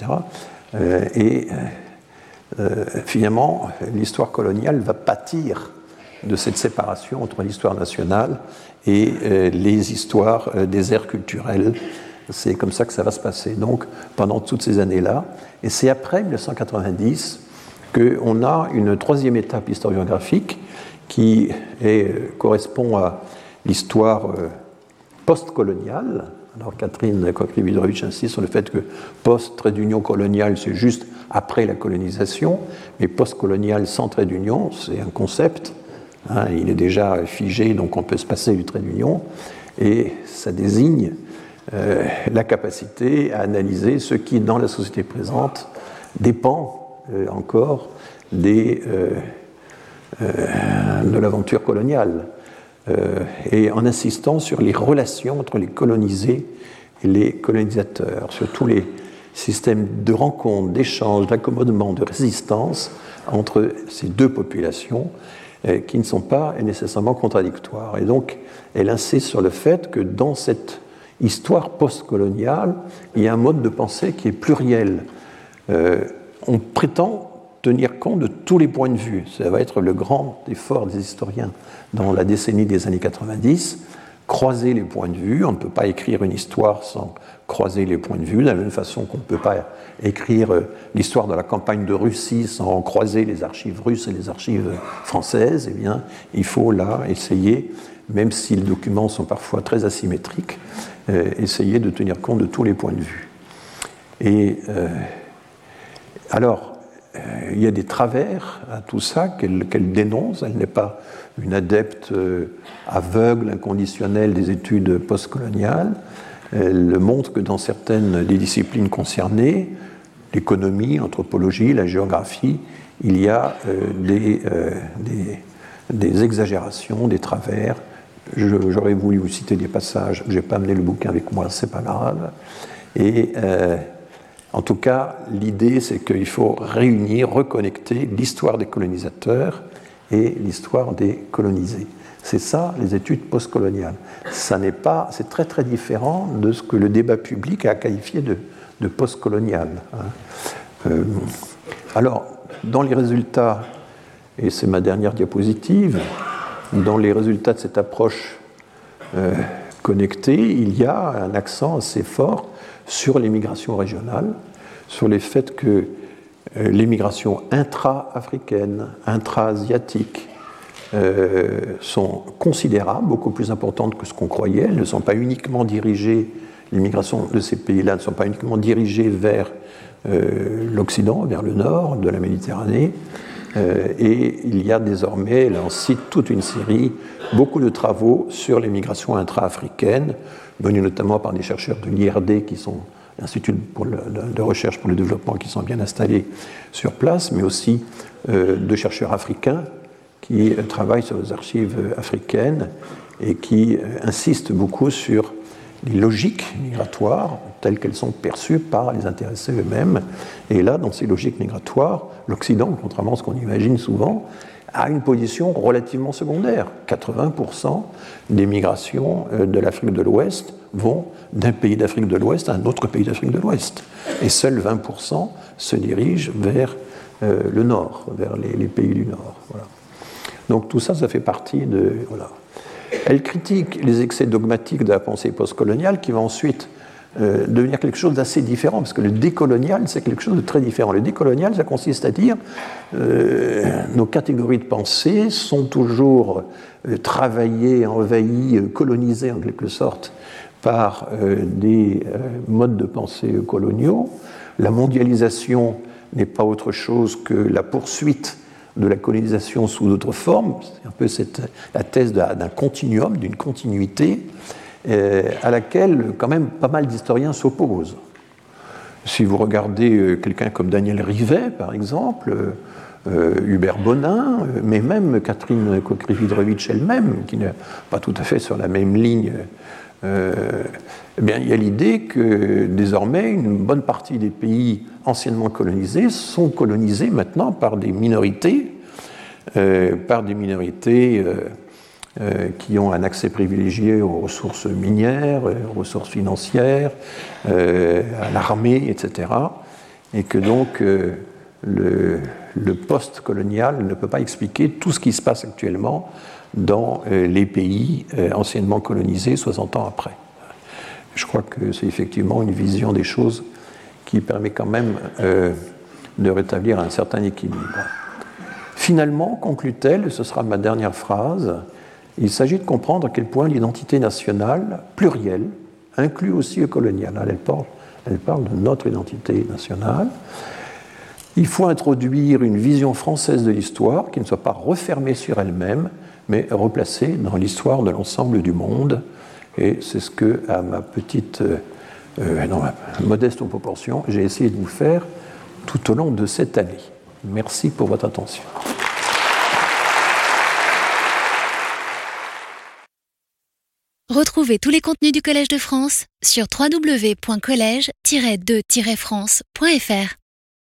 B: Finalement, l'histoire coloniale va pâtir de cette séparation entre l'histoire nationale et les histoires des aires culturelles. C'est comme ça que ça va se passer, donc, pendant toutes ces années-là. Et c'est après 1990 qu'on a une troisième étape historiographique qui correspond à l'histoire post-coloniale. Alors Catherine Kokry-Widrovich insiste sur le fait que post-trait d'union colonial, c'est juste après la colonisation, mais post-colonial sans trait d'union, c'est un concept. Il est déjà figé, donc on peut se passer du trait d'union, et ça désigne la capacité à analyser ce qui, dans la société présente, dépend encore de l'aventure coloniale, et en insistant sur les relations entre les colonisés et les colonisateurs, sur tous les systèmes de rencontres, d'échanges, d'accommodement, de résistance entre ces deux populations qui ne sont pas nécessairement contradictoires. Et donc, elle insiste sur le fait que dans cette histoire post-coloniale, il y a un mode de pensée qui est pluriel. On prétend tenir compte de tous les points de vue. Ça va être le grand effort des historiens dans la décennie des années 90, croiser les points de vue. On ne peut pas écrire une histoire sans croiser les points de vue, de la même façon qu'on ne peut pas écrire l'histoire de la campagne de Russie sans croiser les archives russes et les archives françaises. Eh bien, il faut là essayer, même si les documents sont parfois très asymétriques, essayer de tenir compte de tous les points de vue. Et alors, il y a des travers à tout ça qu'elle dénonce. Elle n'est pas une adepte aveugle, inconditionnelle des études postcoloniales. Elle montre que dans certaines des disciplines concernées, l'économie, l'anthropologie, la géographie, il y a des exagérations, des travers. J'aurais voulu vous citer des passages, je n'ai pas amené le bouquin avec moi, c'est pas grave. Et en tout cas, l'idée, c'est qu'il faut réunir, reconnecter l'histoire des colonisateurs et l'histoire des colonisés. C'est ça, les études postcoloniales. C'est très très différent de ce que le débat public a qualifié de postcolonial. Alors, dans les résultats, et c'est ma dernière diapositive, dans les résultats de cette approche connectés, il y a un accent assez fort sur les migrations régionales, sur les faits que les migrations intra-africaines, intra-asiatiques sont considérables, beaucoup plus importantes que ce qu'on croyait. Elles ne sont pas uniquement dirigées, les migrations de ces pays-là ne sont pas uniquement dirigées vers l'Occident, vers le nord de la Méditerranée. Et il y a désormais, là on cite toute une série, beaucoup de travaux sur les migrations intra-africaines, menés notamment par des chercheurs de l'IRD qui sont l'Institut de recherche pour le développement qui sont bien installés sur place, mais aussi de chercheurs africains qui travaillent sur les archives africaines et qui insistent beaucoup sur les logiques migratoires telles qu'elles sont perçues par les intéressés eux-mêmes. Et là, dans ces logiques migratoires, l'Occident, contrairement à ce qu'on imagine souvent, a une position relativement secondaire. 80% des migrations de l'Afrique de l'Ouest vont d'un pays d'Afrique de l'Ouest à un autre pays d'Afrique de l'Ouest. Et seuls 20% se dirigent vers le nord, vers les pays du nord. Voilà. Donc tout ça, ça fait partie de... Voilà. Elle critique les excès dogmatiques de la pensée postcoloniale qui va ensuite devenir quelque chose d'assez différent, parce que le décolonial, c'est quelque chose de très différent. Le décolonial, ça consiste à dire nos catégories de pensée sont toujours travaillées, envahies, colonisées en quelque sorte par des modes de pensée coloniaux. La mondialisation n'est pas autre chose que la poursuite de la colonisation sous d'autres formes. C'est un peu la thèse d'un continuum, d'une continuité, à laquelle quand même pas mal d'historiens s'opposent. Si vous regardez quelqu'un comme Daniel Rivet, par exemple, Hubert Bonin, mais même Catherine Kokrivitrovitch elle-même, qui n'est pas tout à fait sur la même ligne, eh bien, il y a l'idée que désormais une bonne partie des pays anciennement colonisés sont colonisés maintenant par des minorités, qui ont un accès privilégié aux ressources minières, aux ressources financières, à l'armée, etc. Et que donc le post-colonial ne peut pas expliquer tout ce qui se passe actuellement dans les pays anciennement colonisés 60 ans après. Je crois que c'est effectivement une vision des choses qui permet quand même de rétablir un certain équilibre. Finalement, conclut-elle, et ce sera ma dernière phrase, il s'agit de comprendre à quel point l'identité nationale, plurielle, inclut aussi le colonial. Elle parle de notre identité nationale. Il faut introduire une vision française de l'histoire qui ne soit pas refermée sur elle-même, mais replacée dans l'histoire de l'ensemble du monde. Et c'est ce que, à ma petite, dans ma modeste proportion, j'ai essayé de vous faire tout au long de cette année. Merci pour votre attention.
A: Retrouvez tous les contenus du Collège de France sur www.collège-2-france.fr.